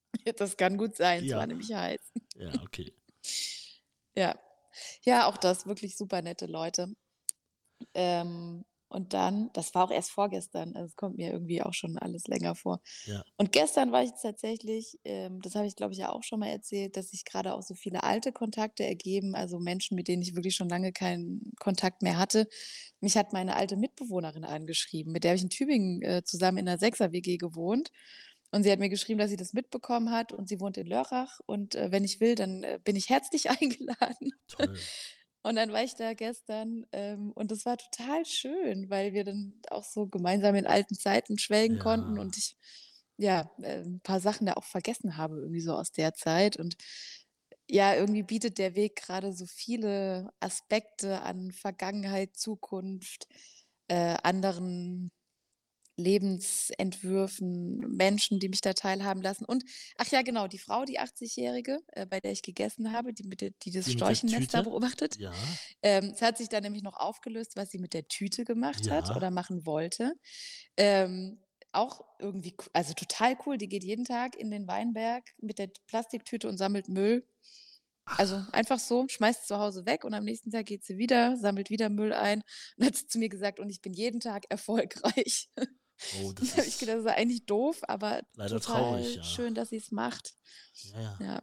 Das kann gut sein, es Ja. war nämlich heiß. Ja, okay. Ja. Ja, auch das, wirklich super nette Leute. Ähm, und dann das war auch erst vorgestern, also es kommt mir irgendwie auch schon alles länger vor. Ja. Und gestern war ich tatsächlich, ähm, das habe ich, glaube ich, ja auch schon mal erzählt, dass sich gerade auch so viele alte Kontakte ergeben, also Menschen, mit denen ich wirklich schon lange keinen Kontakt mehr hatte. Mich hat meine alte Mitbewohnerin angeschrieben, mit der habe ich in Tübingen, äh, zusammen in 'ner Sechser-W G gewohnt. Und sie hat mir geschrieben, dass sie das mitbekommen hat und sie wohnt in Lörrach und, äh, wenn ich will, dann, äh, bin ich herzlich eingeladen. Toll. Und dann war ich da gestern, ähm, und das war total schön, weil wir dann auch so gemeinsam in alten Zeiten schwelgen konnten Ja. und ich, ja, äh, 'n paar Sachen da auch vergessen habe irgendwie so aus der Zeit. Und ja, irgendwie bietet der Weg gerade so viele Aspekte an Vergangenheit, Zukunft, äh, anderen Lebensentwürfen, Menschen, die mich da teilhaben lassen. Und ach ja, genau, die Frau, die achtzig-Jährige, äh, bei der ich gegessen habe, die mit der die das Die mit der Storchennest da Tüte? beobachtet. Ja. Ähm, es hat sich dann nämlich noch aufgelöst, was sie mit der Tüte gemacht hat Ja. oder machen wollte. Ähm, auch irgendwie co also total cool. Die geht jeden Tag in den Weinberg mit der Plastiktüte und sammelt Müll. Also Ach. einfach so, schmeißt zu Hause weg und am nächsten Tag geht sie wieder, sammelt wieder Müll ein und hat zu mir gesagt: „Und ich bin jeden Tag erfolgreich.“ Oh, Da das habe ich ist gedacht, das ist eigentlich doof, aber leider traurig, total ja. schön, dass sie's macht. Ja, ja. Ja.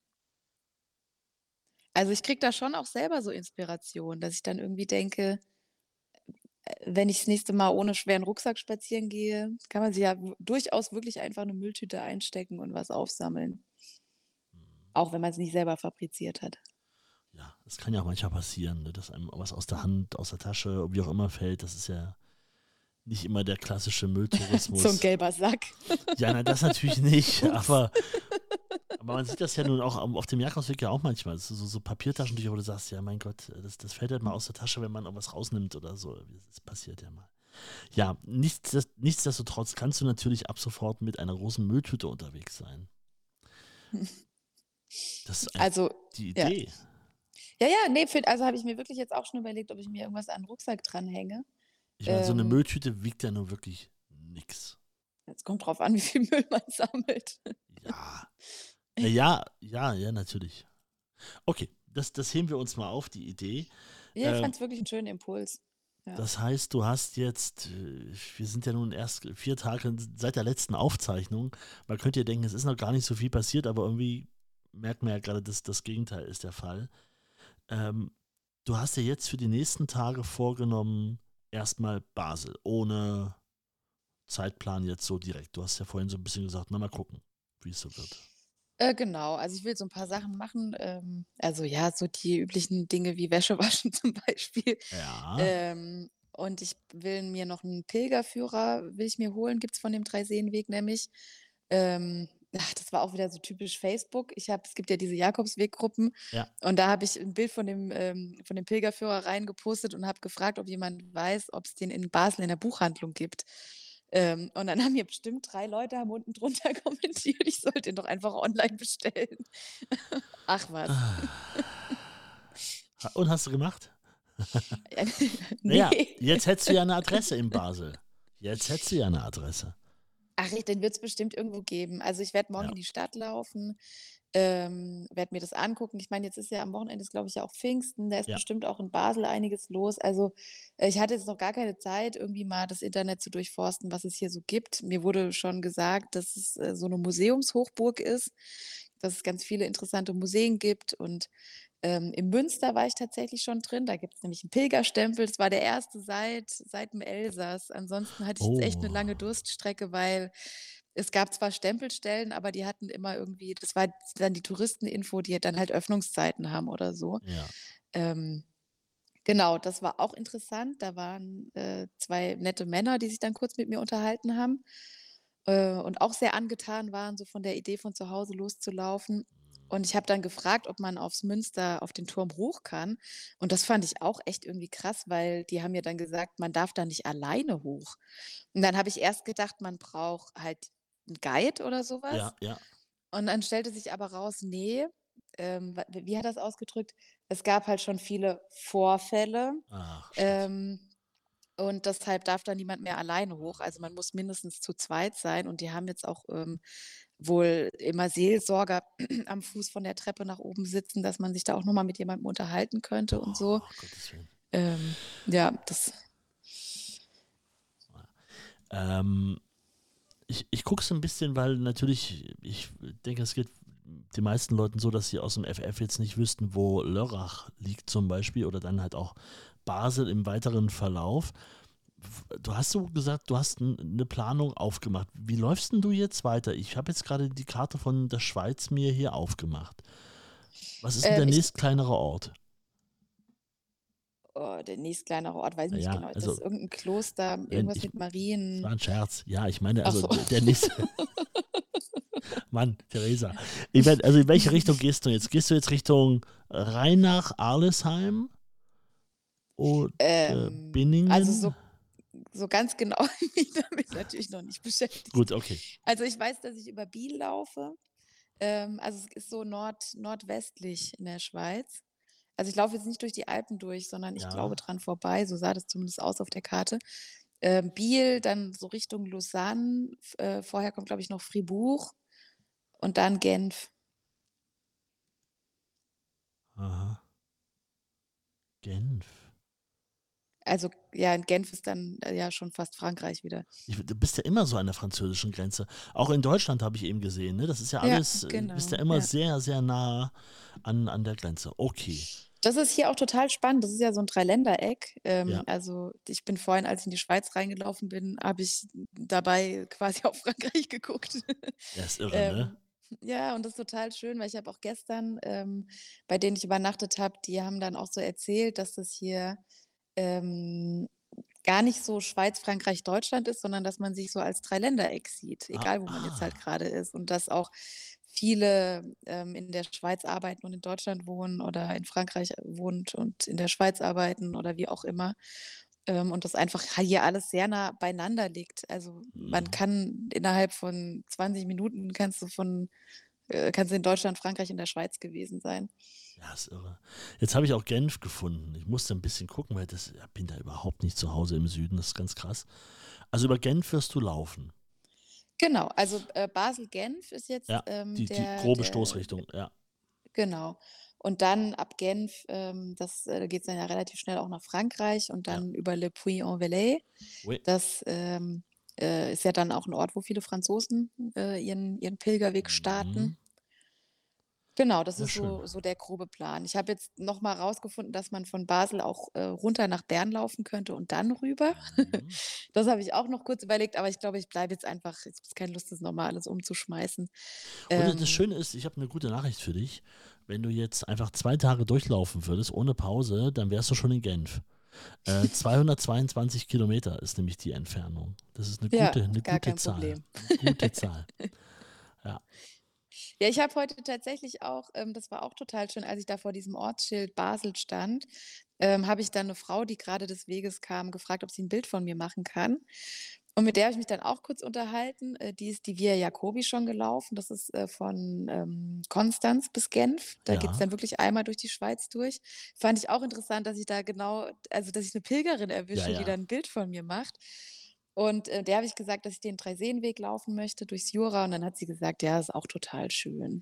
Also, ich kriege da schon auch selber so Inspiration, dass ich dann irgendwie denke, äh, wenn ich das nächste Mal ohne schweren Rucksack spazieren gehe, kann man sich ja w durchaus wirklich einfach 'ne Mülltüte einstecken und was aufsammeln. Mhm. Auch wenn man's nicht selber fabriziert hat. Ja, es kann ja auch manchmal passieren, ne, dass einem was aus der Hand, aus der Tasche, wie auch immer fällt. Das ist ja nicht immer der klassische So 'n Mülltourismus. gelber Sack. Ja, nein, das natürlich nicht, Ups. aber aber man sieht das ja nun auch am auf dem Jakobsweg ja auch manchmal, so so so Papiertaschentücher, wo du sagst: „Ja, mein Gott, äh, das das fällt halt mal aus der Tasche, wenn man irgendwas rausnimmt oder so.“ Das passiert ja mal. Ja, nichtsdes nichtsdestotrotz kannst du natürlich ab sofort mit einer großen Mülltüte unterwegs sein. Das ist eigentlich Also, die ja. Idee. Ja, ja, ne, find also, habe ich mir wirklich jetzt auch schon überlegt, ob ich mir irgendwas an 'n Rucksack dranhänge. Ich meine, so 'ne Ähm Mülltüte wiegt ja nun wirklich nix. Es kommt drauf an, wie viel Müll man sammelt. Ja. Na ja, ja, ja, natürlich. Okay, das das heben wir uns mal auf, die Idee. Ja, ich Ähm fand's wirklich 'n schönen Impuls. Ja. Das heißt, du hast jetzt äh, wir sind ja nun erst vier Tage s seit der letzten Aufzeichnung. Man könnte ja denken, es ist noch gar nicht so viel passiert, aber irgendwie merkt man ja grade, dass das Gegenteil ist der Fall. Ähm, du hast dir jetzt für die nächsten Tage vorgenommen, erst mal Basel, ohne Zeitplan jetzt so direkt. Du hast ja vorhin so 'n bisschen gesagt: „Na, mal gucken, wie's so wird.“ Äh, genau, also, ich will so 'n paar Sachen machen, ähm, also, ja, so die üblichen Dinge wie Wäsche waschen zum Beispiel. Ja. Ähm, und ich will mir noch 'n Pilgerführer will ich mir holen, gibt's von dem Dreiseenweg nämlich. Ähm, ach, das war auch wieder so typisch Facebook. Ich habe es gibt ja diese Jakobsweg-Gruppen Ja. und da habe ich 'n Bild von dem ähm, von dem Pilgerführer reingepostet und habe gefragt, ob jemand weiß, ob's den in Basel in der Buchhandlung gibt. Ähm, und dann haben mir bestimmt drei Leute haben unten drunter kommentiert, ich soll den doch einfach online bestellen. Ach was. Ha und hast du gemacht? Na Ne. ja, jetzt hättest du ja 'ne Adresse in Basel. Jetzt hättest du ja 'ne Adresse. Ach, i den wird's bestimmt irgendwo geben. Also, ich werde morgen Ja. in die Stadt laufen, ähm, werde mir das angucken. Ich meine, jetzt ist ja am Wochenende ist, glaube ich, ja auch Pfingsten, da ist Ja. bestimmt auch in Basel einiges los. Also, äh, ich hatte jetzt noch gar keine Zeit, irgendwie mal das Internet zu durchforsten, was es hier so gibt. Mir wurde schon gesagt, dass es, äh, so 'ne Museumshochburg ist, dass es ganz viele interessante Museen gibt und, ähm, in Münster war ich tatsächlich schon drin. Da gibt's nämlich 'n Pilgerstempel. Das war der erste seit seit dem Elsass. Ansonsten hatte ich jetzt echt 'ne lange Oh. Durststrecke, weil es gab zwar Stempelstellen, aber die hatten immer irgendwie das war dann die Touristeninfo, die dann halt Öffnungszeiten haben oder so. Ja. Ähm, genau, das war auch interessant. Da waren, äh, zwei nette Männer, die sich dann kurz mit mir unterhalten haben, äh, und auch sehr angetan waren, so von der Idee, von zu Hause loszulaufen. Und ich habe dann gefragt, ob man aufs Münster auf den Turm hoch kann. Und das fand ich auch echt irgendwie krass, weil die haben mir dann gesagt, man darf da nicht alleine hoch. Und dann habe ich erst gedacht, man braucht halt 'n Guide oder so was. Ja, ja. Und dann stellte sich aber raus, ne, ähm, wa wie hat er's ausgedrückt? Es gab halt schon viele Vorfälle, Ach, Shit. ähm, und deshalb darf da niemand mehr alleine hoch. Also, man muss mindestens zu zweit sein und die haben jetzt auch, ähm, wohl immer Seelsorger am Fuß von der Treppe nach oben sitzen, dass man sich da auch noch mal mit jemandem unterhalten könnte und so. Oh, Gottes Willen. Ähm, ja, das Ähm, ich ich gucke es ein bisschen, weil natürlich, ich denke, es geht den meisten Leuten so, dass sie aus dem F F jetzt nicht wüssten, wo Lörrach liegt zum Beispiel oder dann halt auch Basel im weiteren Verlauf. Du hast so gesagt, du hast n- eine Planung aufgemacht. Wie läufst denn du jetzt weiter? Ich habe jetzt gerade die Karte von der Schweiz mir hier aufgemacht. Was ist denn der ähm, ich nächst kleinere Ort? oh, der nächstkleinere Ort, weiß ich nicht Naja, genau. Ist das also, irgendein Kloster, wenn irgendwas ich, mit es war Marien? ein Scherz. Ja, ich meine, Ach also so. der, der nächste, Mann, Theresa. Ich mein, also in welche Richtung gehst du jetzt? Gehst du jetzt Richtung Rheinach, Arlesheim oder Ähm, also so Binningen? so ganz genau habe ich mich damit natürlich noch nicht beschäftigt. Gut, okay. Also, ich weiß, dass ich über Biel laufe. Ähm, also, es ist so nord nordwestlich in der Schweiz. Also, ich laufe jetzt nicht durch die Alpen durch, sondern ich glaube Ja. dran vorbei, so sah das zumindest aus auf der Karte. Ähm, Biel, dann so Richtung Lausanne, f äh, vorher kommt, glaube ich, noch Fribourg und dann Genf. Aha. Genf. Also, ja, Genf ist dann, äh, ja schon fast Frankreich wieder. Ich, du bist ja immer so an der französischen Grenze. Auch in Deutschland habe ich eben gesehen, ne? Das ist ja Ja, alles, äh, bist ja genau, immer ja. sehr, sehr nah an, an der Grenze. Okay. Das ist hier auch total spannend. Das ist ja so 'n Dreiländereck. Ähm, Ja, also, ich bin vorhin, als ich in die Schweiz reingelaufen bin, habe ich dabei quasi auf Frankreich geguckt. ja, ist irre, ne? Ähm, ja, und das ist total schön, weil ich habe auch gestern, ähm, bei denen ich übernachtet habe, die haben dann auch so erzählt, dass das hier, ähm, gar nicht so Schweiz, Frankreich, Deutschland ist, sondern dass man sich so als Dreiländereck sieht, Ah, egal wo man jetzt halt ah, grade ist. Und dass auch viele, ähm, in der Schweiz arbeiten und in Deutschland wohnen oder in Frankreich wohnt und in der Schweiz arbeiten oder wie auch immer. Ähm, und das einfach hier alles sehr nah beieinander liegt. Also, man mhm. kann innerhalb von zwanzig Minuten kannst du von äh, kannst du in Deutschland, Frankreich, in der Schweiz gewesen sein. Ja, ist irre. Jetzt habe ich auch Genf gefunden. Ich musste ein bisschen gucken, weil das, ja, bin da überhaupt nicht zu Hause im Süden. Das ist ganz krass. Also über Genf wirst du laufen. Genau, also, äh, Basel-Genf ist jetzt, Ja, ähm, die, die der grobe der Stoßrichtung. Ja. genau. Und dann ab Genf, ähm, das äh, da geht's dann ja relativ schnell auch nach Frankreich und Ja. dann über Le Puy-en-Velay. Oui. Das, ähm, äh, ist ja dann auch 'n Ort, wo viele Franzosen, äh, ihren ihren Pilgerweg starten. Mhm. Genau, das Ja, ist schön. so so der grobe Plan. Ich habe jetzt noch mal rausgefunden, dass man von Basel auch, äh, runter nach Bern laufen könnte und dann rüber. Mhm. Das habe ich auch noch kurz überlegt, aber ich glaube, ich bleibe jetzt einfach ich habe keine Lust, das noch mal alles umzuschmeißen. Und das Ähm, Schöne ist, ich habe eine gute Nachricht für dich. Wenn du jetzt einfach zwei Tage durchlaufen würdest, ohne Pause, dann wärst du schon in Genf. Äh, zweihundertzweiundzwanzig Kilometer ist nämlich die Entfernung. Das ist eine ja, gute, eine gar gute kein Zahl. Problem. Eine gute Zahl. Ja. Ja, ich habe heute tatsächlich auch ähm, das war auch total schön, als ich da vor diesem Ortsschild Basel stand, ähm, habe ich dann 'ne Frau, die grade des Weges kam, gefragt, ob sie 'n Bild von mir machen kann. Und mit der habe ich mich dann auch kurz unterhalten. Äh, die ist die Via Jacobi schon gelaufen. Das ist, äh, von, ähm, Konstanz bis Genf. Da geht's Ja. dann wirklich einmal durch die Schweiz durch. Fand ich auch interessant, dass ich da genau also, dass ich 'ne Pilgerin Ja, erwische, die da ja. 'n Bild von mir macht. Und, äh, der habe ich gesagt, dass ich den Dreiseenweg laufen möchte durchs Jura und dann hat sie gesagt: „Ja, ist auch total schön.“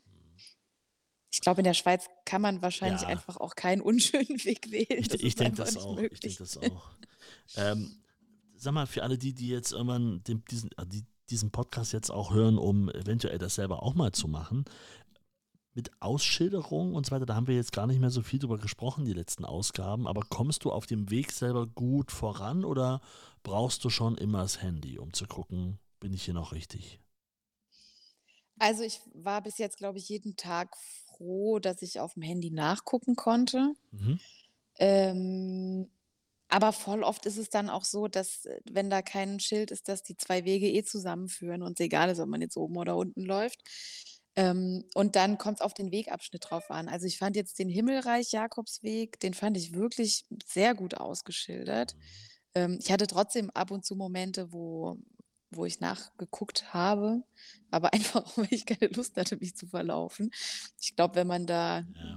Ich glaube, in der Schweiz kann man wahrscheinlich Ja. einfach auch keinen unschönen Weg wählen. Ich, Das ich ist denke einfach das nicht auch. Ich denke möglich. das auch. Ähm, sag mal, für alle die, die jetzt irgendwann den, diesen, äh, die, diesen Podcast jetzt auch hören, um eventuell das selber auch mal zu machen, mit Ausschilderung und so weiter, da haben wir jetzt gar nicht mehr so viel drüber gesprochen, die letzten Ausgaben, aber kommst du auf dem Weg selber gut voran oder brauchst du schon immer das Handy, um zu gucken, bin ich hier noch richtig? Also, ich war bis jetzt, glaube ich, jeden Tag froh, dass ich aufm Handy nachgucken konnte. Mhm. Ähm, aber voll oft ist es dann auch so, dass, äh, wenn da kein Schild ist, dass die zwei Wege eh zusammenführen und es egal ist, ob man jetzt oben oder unten läuft. Ähm, und dann kommt's auf den Wegabschnitt drauf an. Also, ich fand jetzt den Himmelreich-Jakobsweg, den fand ich wirklich sehr gut ausgeschildert. Ähm, ich hatte trotzdem ab und zu Momente, wo wo ich nachgeguckt habe, aber einfach auch, weil ich keine Lust hatte, mich zu verlaufen. Ich glaube, wenn man da Ja.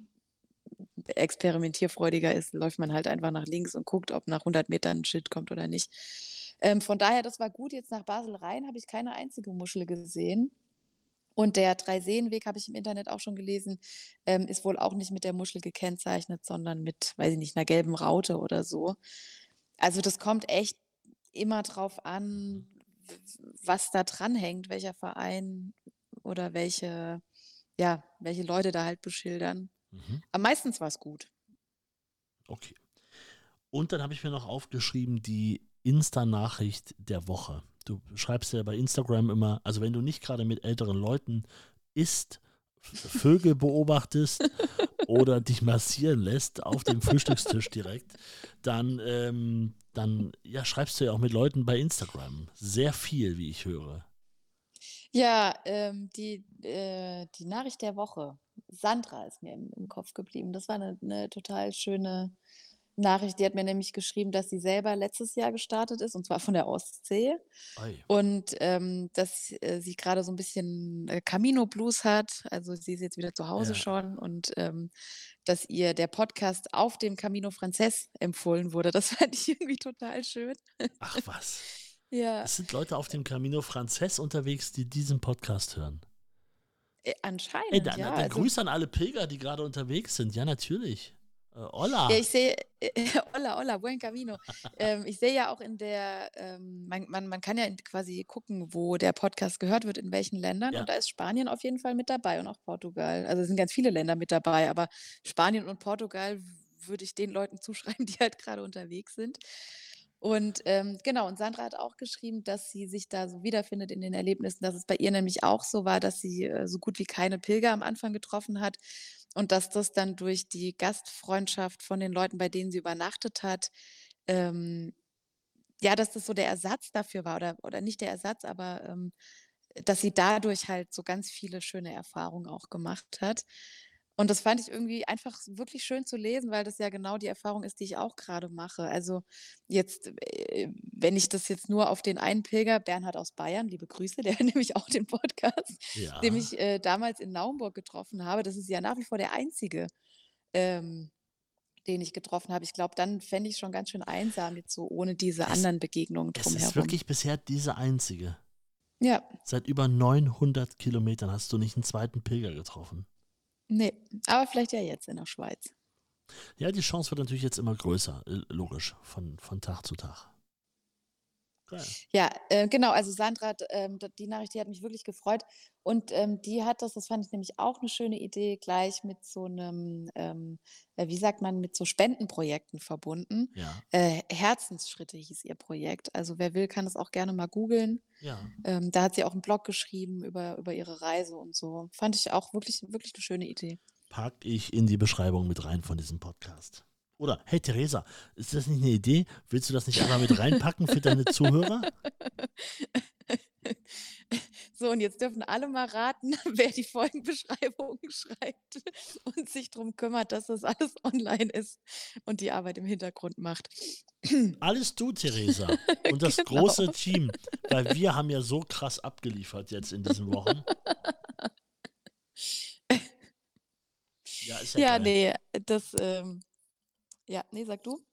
experimentierfreudiger ist, läuft man halt einfach nach links und guckt, ob nach hundert Metern 'n Schild kommt oder nicht. Ähm, von daher, das war gut. Jetzt nach Basel rein habe ich keine einzige Muschel gesehen. Und der Dreiseenweg, habe ich im Internet auch schon gelesen, ähm, ist wohl auch nicht mit der Muschel gekennzeichnet, sondern mit, weiß ich nicht, einer gelben Raute oder so. Also, das kommt echt immer drauf Mhm. an, w was da dranhängt, welcher Verein oder welche ja, welche Leute da halt beschildern. Mhm. Aber meistens war's gut. Okay. Und dann habe ich mir noch aufgeschrieben, die Insta-Nachricht der Woche. Du schreibst ja bei Instagram immer, also wenn du nicht gerade mit älteren Leuten isst, V- Vögel beobachtest oder dich massieren lässt auf dem Frühstückstisch direkt, dann, ähm, dann ja, schreibst du ja auch mit Leuten bei Instagram. Sehr viel, wie ich höre. Ja, ähm, die äh, die Nachricht der Woche. Sandra ist mir im im Kopf geblieben. Das war eine 'ne total schöne Nachricht. Die hat mir nämlich geschrieben, dass sie selber letztes Jahr gestartet ist, und zwar von der Ostsee. Oi. Und, ähm, dass, äh, sie gerade so ein bisschen, äh, Camino-Blues hat. Also, sie ist jetzt wieder zu Hause Ja. schon und, ähm, dass ihr der Podcast auf dem Camino Frances empfohlen wurde. Das fand ich irgendwie total schön. Ach was. Ja, Es sind Leute auf dem Camino Frances unterwegs, die diesen Podcast hören. äh, Ey, anscheinend, dann, ja. dann Also, Grüße an alle Pilger, die gerade unterwegs sind. Ja, natürlich. Äh, ja, Olla. ich sehe hola, hola, buen camino. Ähm, ich sehe ja auch in der ähm, man man man kann ja in quasi gucken, wo der Podcast gehört wird, in welchen Ländern, und Ja. da ist Spanien auf jeden Fall mit dabei und auch Portugal. Also, es sind ganz viele Länder mit dabei, aber Spanien und Portugal w würde ich den Leuten zuschreiben, die halt gerade unterwegs sind. Und, ähm, genau, und Sandra hat auch geschrieben, dass sie sich da so wiederfindet in den Erlebnissen, dass es bei ihr nämlich auch so war, dass sie, äh, so gut wie keine Pilger am Anfang getroffen hat und dass das dann durch die Gastfreundschaft von den Leuten, bei denen sie übernachtet hat, ähm ja, dass das so der Ersatz dafür war, oder oder nicht der Ersatz, aber, ähm, dass sie dadurch halt so ganz viele schöne Erfahrungen auch gemacht hat. Und das fand ich irgendwie einfach wirklich schön zu lesen, weil das ja genau die Erfahrung ist, die ich auch gerade mache. Also, jetzt, äh, wenn ich das jetzt nur auf den einen Pilger, Bernhard aus Bayern, liebe Grüße, der nämlich auch den Podcast, den Ja. ich, äh, damals in Naumburg getroffen habe, das ist ja nach wie vor der einzige, ähm, den ich getroffen habe. Ich glaube, dann fände ich's schon ganz schön einsam jetzt so ohne diese Es, anderen Begegnungen es ist drumherum. wirklich bisher diese einzige. Ja, Seit über neunhundert Kilometern hast du nicht einen zweiten Pilger getroffen. ne, aber vielleicht ja jetzt in der Schweiz. Ja, die Chance wird natürlich jetzt immer größer, äh, logisch, von, von Tag zu Tag. Geil. Ja, äh, genau, also Sandra hat, ähm, d die Nachricht, die hat mich wirklich gefreut, und, ähm, die hat das das fand ich nämlich auch eine schöne Idee, gleich mit so einem, ähm, äh, wie sagt man, mit so Spendenprojekten verbunden. Ja, Äh, Herzensschritte hieß ihr Projekt. Also, wer will, kann das auch gerne mal googeln. ja. Ähm, da hat sie auch einen Blog geschrieben über über ihre Reise und so. Fand ich auch wirklich wirklich eine schöne Idee. Pack ich in die Beschreibung mit rein von diesem Podcast. Oder, hey Theresa, ist das nicht eine Idee? Willst du das nicht einmal mit reinpacken für deine Zuhörer? So, und jetzt dürfen alle mal raten, wer die Folgenbeschreibung schreibt und sich drum kümmert, dass das alles online ist und die Arbeit im Hintergrund macht. Alles du, Theresa. Und das Genau. große Team. Weil wir haben ja so krass abgeliefert jetzt in diesen Wochen. Ja, ist ja, Ja, geil. ne, das, ähm ja, ne, sag du.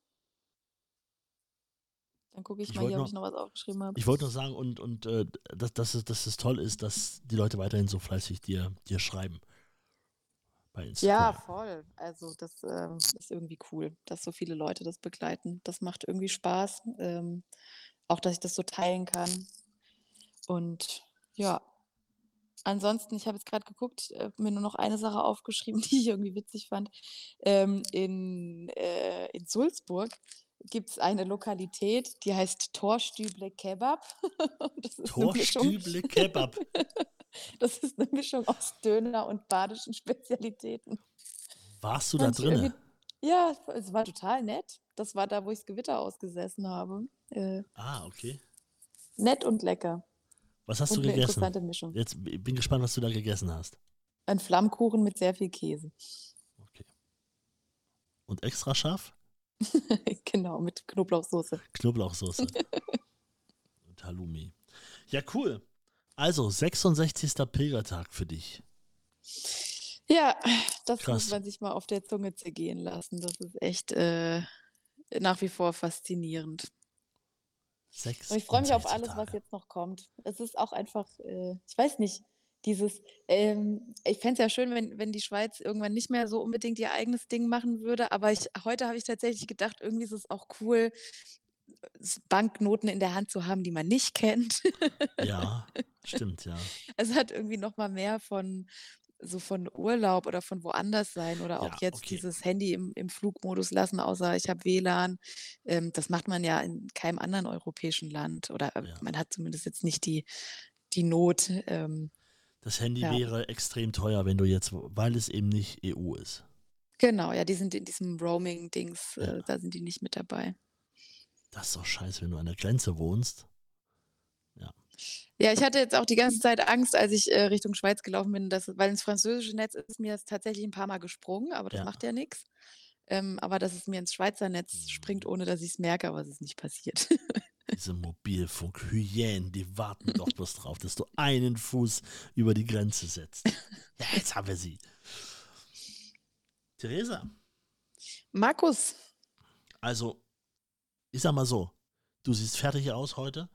Dann gucke ich Ich mal wollte hier, ob nur, ich noch was aufgeschrieben habe. ich wollte nur sagen, und, und äh, dass, dass, es, dass es toll ist, dass die Leute weiterhin so fleißig dir, dir schreiben bei Ja, Instagram. voll. Also, das, ähm, ist irgendwie cool, dass so viele Leute das begleiten. Das macht irgendwie Spaß, ähm, auch, dass ich das so teilen kann. Und ja, ansonsten, ich habe jetzt gerade geguckt, äh, mir nur noch eine Sache aufgeschrieben, die ich irgendwie witzig fand. Ähm, in, äh, in Sulzburg gibt es eine Lokalität, die heißt Torstüble Kebab. Das ist 'ne Mischung Torstüble Kebab. das ist 'ne Mischung aus Döner und badischen Spezialitäten. Warst du da Fand ich irgendwie drinne? ja, es war total nett. Das war da, wo ich das Gewitter ausgesessen habe. Äh, Ah, okay. nett und lecker Was hast du und 'ne gegessen? interessante Mischung. Jetzt b- bin gespannt, was du da gegessen hast. Ein Flammkuchen mit sehr viel Käse. Okay. Und extra scharf? Genau, mit Knoblauchsoße. Knoblauchsoße und Halloumi. Ja, cool. Also, sechsundsechzigster Pilgertag für dich. Ja, das muss Krass. man sich mal auf der Zunge zergehen lassen. Das ist echt, äh, nach wie vor faszinierend. Und ich freue mich auf sechsundsechzig alles, was Tage. jetzt noch kommt. Es ist auch einfach, äh, ich weiß nicht, Dieses, ähm, ich fände es ja schön, wenn wenn die Schweiz irgendwann nicht mehr so unbedingt ihr eigenes Ding machen würde, aber ich heute habe ich tatsächlich gedacht, irgendwie ist es auch cool, s Banknoten in der Hand zu haben, die man nicht kennt. Ja, stimmt, ja. Es hat irgendwie noch mal mehr von so von Urlaub oder von woanders sein oder auch Ja, jetzt okay. dieses Handy im im Flugmodus lassen, außer ich habe W L A N. Ähm, das macht man ja in keinem anderen europäischen Land oder, äh, Ja. man hat zumindest jetzt nicht die die Not, ähm, Das Handy ja. wäre extrem teuer, wenn du jetzt, weil es eben nicht E U ist. Genau, ja, die sind in diesem Roaming-Dings, Ja. äh, da sind die nicht mit dabei. Das ist doch scheiße, wenn du an der Grenze wohnst. Ja. Ja, ich hatte jetzt auch die ganze Zeit Angst, als ich, äh, Richtung Schweiz gelaufen bin, dass weil ins französische Netz ist mir das tatsächlich ein paar Mal gesprungen, aber das Ja. macht ja nix. Ähm, aber dass es mir ins Schweizer Netz springt, Mhm. ohne dass ich's merke, aber es ist nicht passiert. Diese Mobilfunk-Hyänen, die warten doch bloß drauf, dass du einen Fuß über die Grenze setzt. Ja, jetzt haben wir sie. Theresa, Markus, also, ich sag mal so, du siehst fertig aus heute.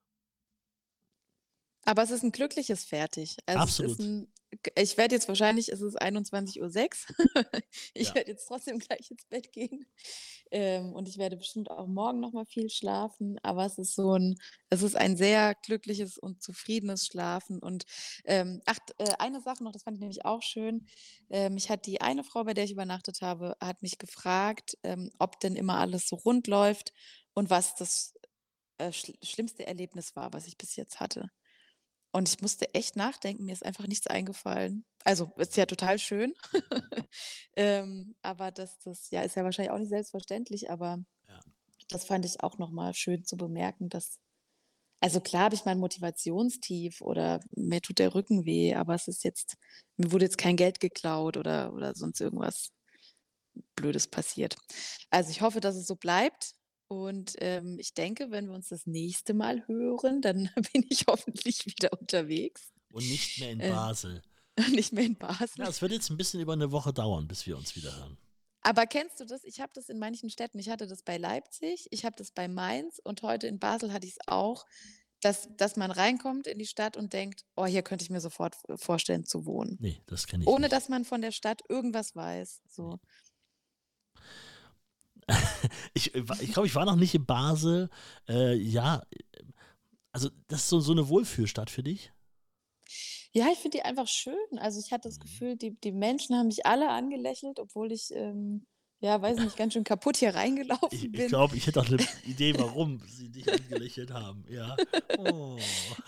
aber es ist ein glückliches Fertig. Also, es ist Absolut. 'n g ich werde jetzt wahrscheinlich es ist einundzwanzig Uhr sechs. Ich Ja. werde jetzt trotzdem gleich ins Bett gehen, ähm, und ich werde bestimmt auch morgen noch mal viel schlafen, aber es ist so 'n es ist ein sehr glückliches und zufriedenes Schlafen und, ähm ach, d äh, eine Sache noch, das fand ich nämlich auch schön. Ähm, mich hat die eine Frau, bei der ich übernachtet habe, hat mich gefragt, ähm, ob denn immer alles so rund läuft und was das, äh, schl schlimmste Erlebnis war, was ich bis jetzt hatte. Und ich musste echt nachdenken, mir ist einfach nichts eingefallen. Also, ist ja total schön, ähm, aber das das ja, ist ja wahrscheinlich auch nicht selbstverständlich, aber Ja. das fand ich auch noch mal schön zu bemerken, dass also, klar habe ich mal 'n Motivationstief oder mir tut der Rücken weh, aber es ist jetzt mir wurde jetzt kein Geld geklaut oder oder sonst irgendwas Blödes passiert. Also, ich hoffe, dass es so bleibt und, ähm, ich denke, wenn wir uns das nächste Mal hören, dann bin ich hoffentlich wieder unterwegs, Und nicht mehr in äh, Basel. nicht mehr in Basel. Ja, es wird jetzt ein bisschen über eine Woche dauern, bis wir uns wieder hören. Aber kennst du das? Ich habe das in manchen Städten. Ich hatte das bei Leipzig, ich habe das bei Mainz und heute in Basel hatte ich's auch, dass dass man reinkommt in die Stadt und denkt: „Oh, hier könnte ich mir sofort v vorstellen zu wohnen.“ Nee, das kenne ich Ohne nicht. dass man von der Stadt irgendwas weiß, so. Ich, äh, wa ich glaube, ich war noch nicht in Basel. Äh, ja, äh, also, das ist so so 'ne Wohlfühlstadt für dich? Ja, ich finde die einfach schön. Also, ich hatte das Mhm. Gefühl, die die Menschen haben mich alle angelächelt, obwohl ich, ähm, ja, weiß nicht, ganz schön kaputt hier Ich reingelaufen ich bin. glaube, ich hätte auch 'ne Idee, warum sie dich angelächelt haben, ja. Oh.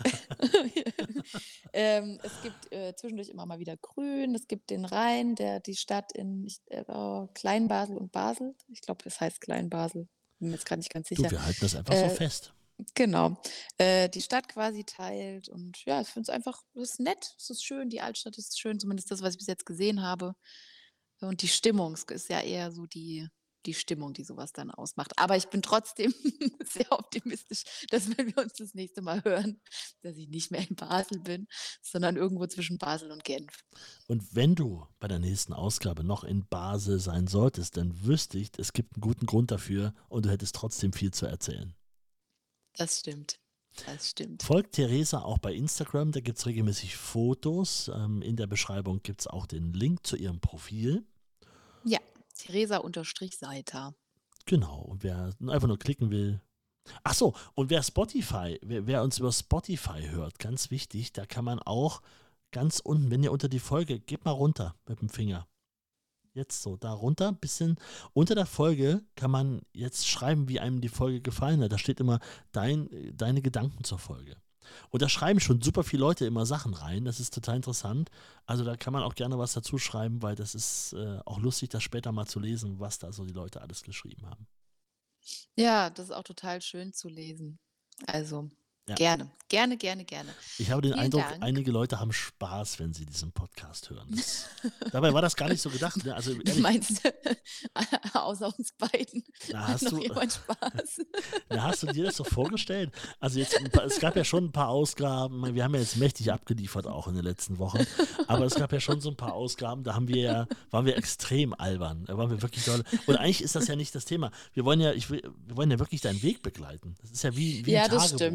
Ähm, es gibt, äh, zwischendurch immer mal wieder Grün. Es gibt den Rhein, der die Stadt in ich äh, oh, Kleinbasel und Basel. Ich glaube, es heißt Kleinbasel. Bin mir jetzt grad nicht ganz Du, sicher. wir halten das einfach so Äh, fest. genau. Äh, die Stadt quasi teilt und ja, ich finde es einfach es ist nett, es ist schön, die Altstadt ist schön, zumindest das, was ich bis jetzt gesehen habe. Und die Stimmung, es ist ja eher so die die Stimmung, die so was dann ausmacht. Aber ich bin trotzdem sehr optimistisch, dass wenn wir uns das nächste Mal hören, dass ich nicht mehr in Basel bin, sondern irgendwo zwischen Basel und Genf. Und wenn du bei der nächsten Ausgabe noch in Basel sein solltest, dann wüsste ich, es gibt 'n guten Grund dafür und du hättest trotzdem viel zu erzählen. Das stimmt. Das stimmt. Folgt Theresa auch bei Instagram, da gibt's regelmäßig Fotos. Ähm, in der Beschreibung gibt's auch den Link zu ihrem Profil. Ja, Theresa-Seiter. Genau, und wer einfach nur klicken will. Ach so, und wer Spotify wer wer uns über Spotify hört, ganz wichtig, da kann man auch ganz unten, wenn ihr unter die Folge gebt mal runter mit dem Finger. Jetzt so, da runter, bisschen unter der Folge kann man jetzt schreiben, wie einem die Folge gefallen hat. Da steht immer dein äh, deine Gedanken zur Folge. Und da schreiben schon super viele Leute immer Sachen rein. Das ist total interessant. Also, da kann man auch gerne was dazu schreiben, weil das ist, äh, auch lustig, das später mal zu lesen, was da so die Leute alles geschrieben haben. Ja, das ist auch total schön zu lesen. Also, Ja. gerne. Gerne, gerne, gerne. Ich habe den Vielen Eindruck, Dank. einige Leute haben Spaß, wenn sie diesen Podcast hören. Das dabei war das gar nicht so gedacht, ne? Also, Du ehrlich meinst, außer uns beiden Na, hat hast noch du jemand Spaß? na, hast du dir das so vorgestellt? Also, jetzt 'n paar es gab ja schon 'n paar Ausgaben, wir haben ja jetzt mächtig abgeliefert auch in den letzten Wochen, aber es gab ja schon so 'n paar Ausgaben, da haben wir ja waren wir extrem albern. Da waren wir wirklich doll und eigentlich ist das ja nicht das Thema. Wir wollen ja ich will wir wollen ja wirklich deinen Weg begleiten. Das ist ja wie wie 'n Ja, das stimmt. Tagebuch. Aber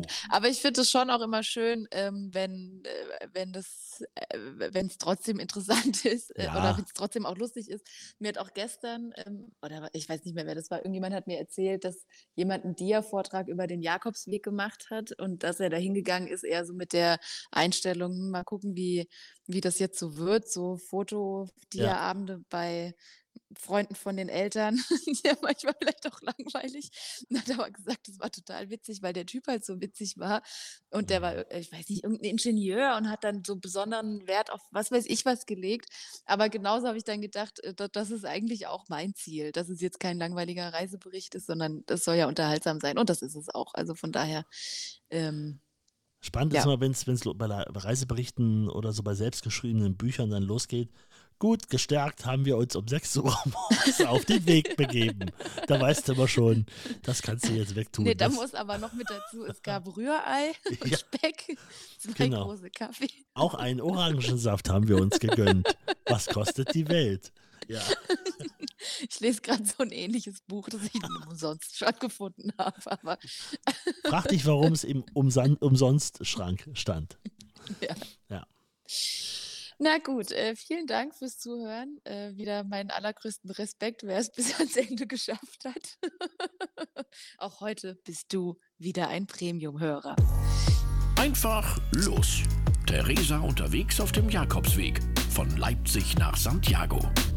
Aber ich finde es schon auch immer schön, ähm, wenn, äh, wenn das, äh, wenn es trotzdem interessant ist äh, oder Ja. wenn es trotzdem auch lustig ist. Mir hat auch gestern, ähm, oder ich weiß nicht mehr, wer das war, irgendjemand hat mir erzählt, dass jemand einen Dia-Vortrag über den Jakobsweg gemacht hat und dass er da hingegangen ist, eher so mit der Einstellung, hm, mal gucken, wie, wie das jetzt so wird, so Ja. Foto-Dia-Abende bei Freunden von den Eltern, ja manchmal vielleicht auch langweilig. Und hat aber gesagt, das war total witzig, weil der Typ halt so witzig war. Und der war, Mhm. äh, ich weiß nicht, irgendein Ingenieur und hat dann so besonderen Wert auf was weiß ich was gelegt. Aber genauso habe ich dann gedacht, äh, da- das ist eigentlich auch mein Ziel, dass es jetzt kein langweiliger Reisebericht ist, sondern das soll ja unterhaltsam sein. Und das ist es auch. Also von daher, ähm, Spannend ist ja. immer, wenn es bei La- bei Reiseberichten oder so bei selbstgeschriebenen Büchern dann losgeht. Gut, gestärkt haben wir uns um sechs Uhr morgens auf den Weg begeben. Da weißt du aber schon, das kannst du jetzt wegtun. Nee, da Das, muss aber noch mit dazu, es gab Rührei und ja, Speck, zwei genau. große Kaffee. Auch einen Orangensaft haben wir uns gegönnt. Was kostet die Welt? Ja, Ich lese gerade so ein ähnliches Buch, das ich umsonst schon gefunden habe, aber frag dich, warum es im Umsan Umsonst-Schrank stand. ja. Ja. Na gut, äh, vielen Dank fürs Zuhören. Äh, wieder meinen allergrößten Respekt, wer es bis ans Ende geschafft hat. Auch heute bist du wieder ein Premium-Hörer. Einfach los. Theresa unterwegs auf dem Jakobsweg von Leipzig nach Santiago.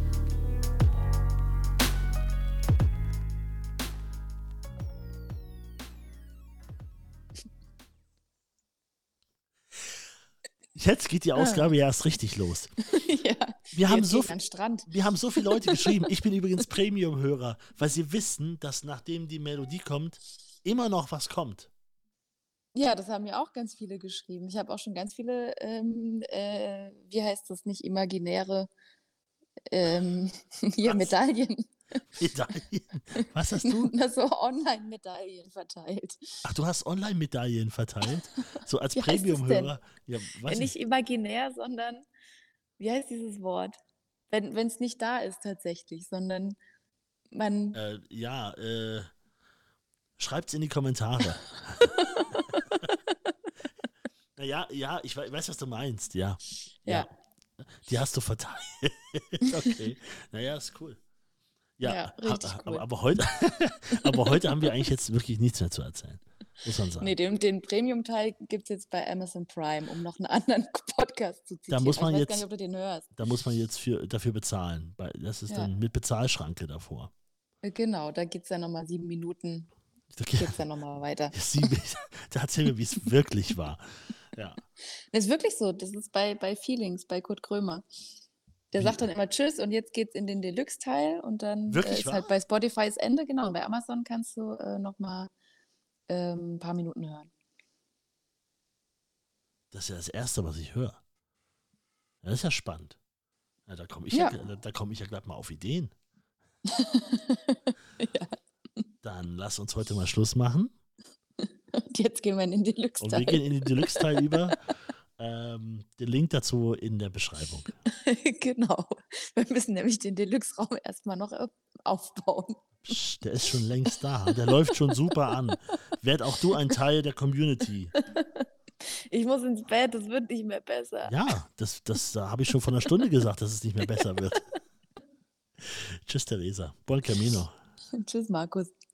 Jetzt geht die Ah. Ausgabe ja erst richtig los. Ja, Wir haben, jetzt so, geht's an den Strand. wir haben so viele Leute geschrieben. Ich bin übrigens Premium-Hörer, weil sie wissen, dass nachdem die Melodie kommt, immer noch was kommt. Ja, das haben mir auch ganz viele geschrieben. Ich habe auch schon ganz viele, ähm, äh, wie heißt das, nicht imaginäre, ähm, hier Was? Medaillen, Medaillen. Was hast du? na, so Online-Medaillen verteilt. Ach, du hast Online-Medaillen verteilt? So als Wie heißt das denn? Premium-Hörer? Ja, weiß Nicht ich. imaginär, sondern, wie heißt dieses Wort? Wenn es nicht da ist tatsächlich, sondern man, Äh, ja, äh, schreibt's in die Kommentare. Naja, ja, ich wei- weiß, was du meinst, ja. ja, Die hast du verteilt. Okay. Naja, ist cool. Ja, Ja, ha- richtig ha- cool. aber, aber, heute, aber heute haben wir eigentlich jetzt wirklich nichts mehr zu erzählen. Muss man sagen. nee, den, den Premium-Teil gibt es jetzt bei Amazon Prime, um noch einen anderen Podcast zu zitieren. muss Aber man ich weiß jetzt- gar nicht, ob du den hörst. Da muss man jetzt für, dafür bezahlen. Weil das ist Ja. dann mit Bezahlschranke davor. Äh, Genau, da geht es dann nochmal sieben Minuten, Okay. geht es dann nochmal weiter. Sieben- Da erzähl mir, wie es wirklich war. Ja. Das ist wirklich so, das ist bei, bei Feelings, bei Kurt Krömer. Der Wie- sagt dann immer Tschüss und jetzt geht's in den Deluxe-Teil und dann Wirklich äh, ist wahr? halt bei Spotify das Ende, genau. Und bei Amazon kannst du äh, nochmal ähm, ein paar Minuten hören. Das ist ja das Erste, was ich höre. Ja, das ist ja spannend. Ja, da komme ich ja, Ja. da, da komm ich ja gleich mal auf Ideen. Ja. Dann lass uns heute mal Schluss machen. Und jetzt gehen wir in den Und wir Deluxe-Teil. gehen in den Deluxe-Teil über. Ähm, den Link dazu in der Beschreibung. Genau. Wir müssen nämlich den Deluxe-Raum erstmal noch äh, aufbauen. Psst, der ist schon längst da. Der läuft schon super an. Werd auch du ein Teil der Community. Ich muss ins Bett, es wird nicht mehr besser. Ja, das, das da habe ich schon vor einer Stunde gesagt, dass es nicht mehr besser wird. Tschüss, Theresa. Buon Camino. Tschüss, Markus.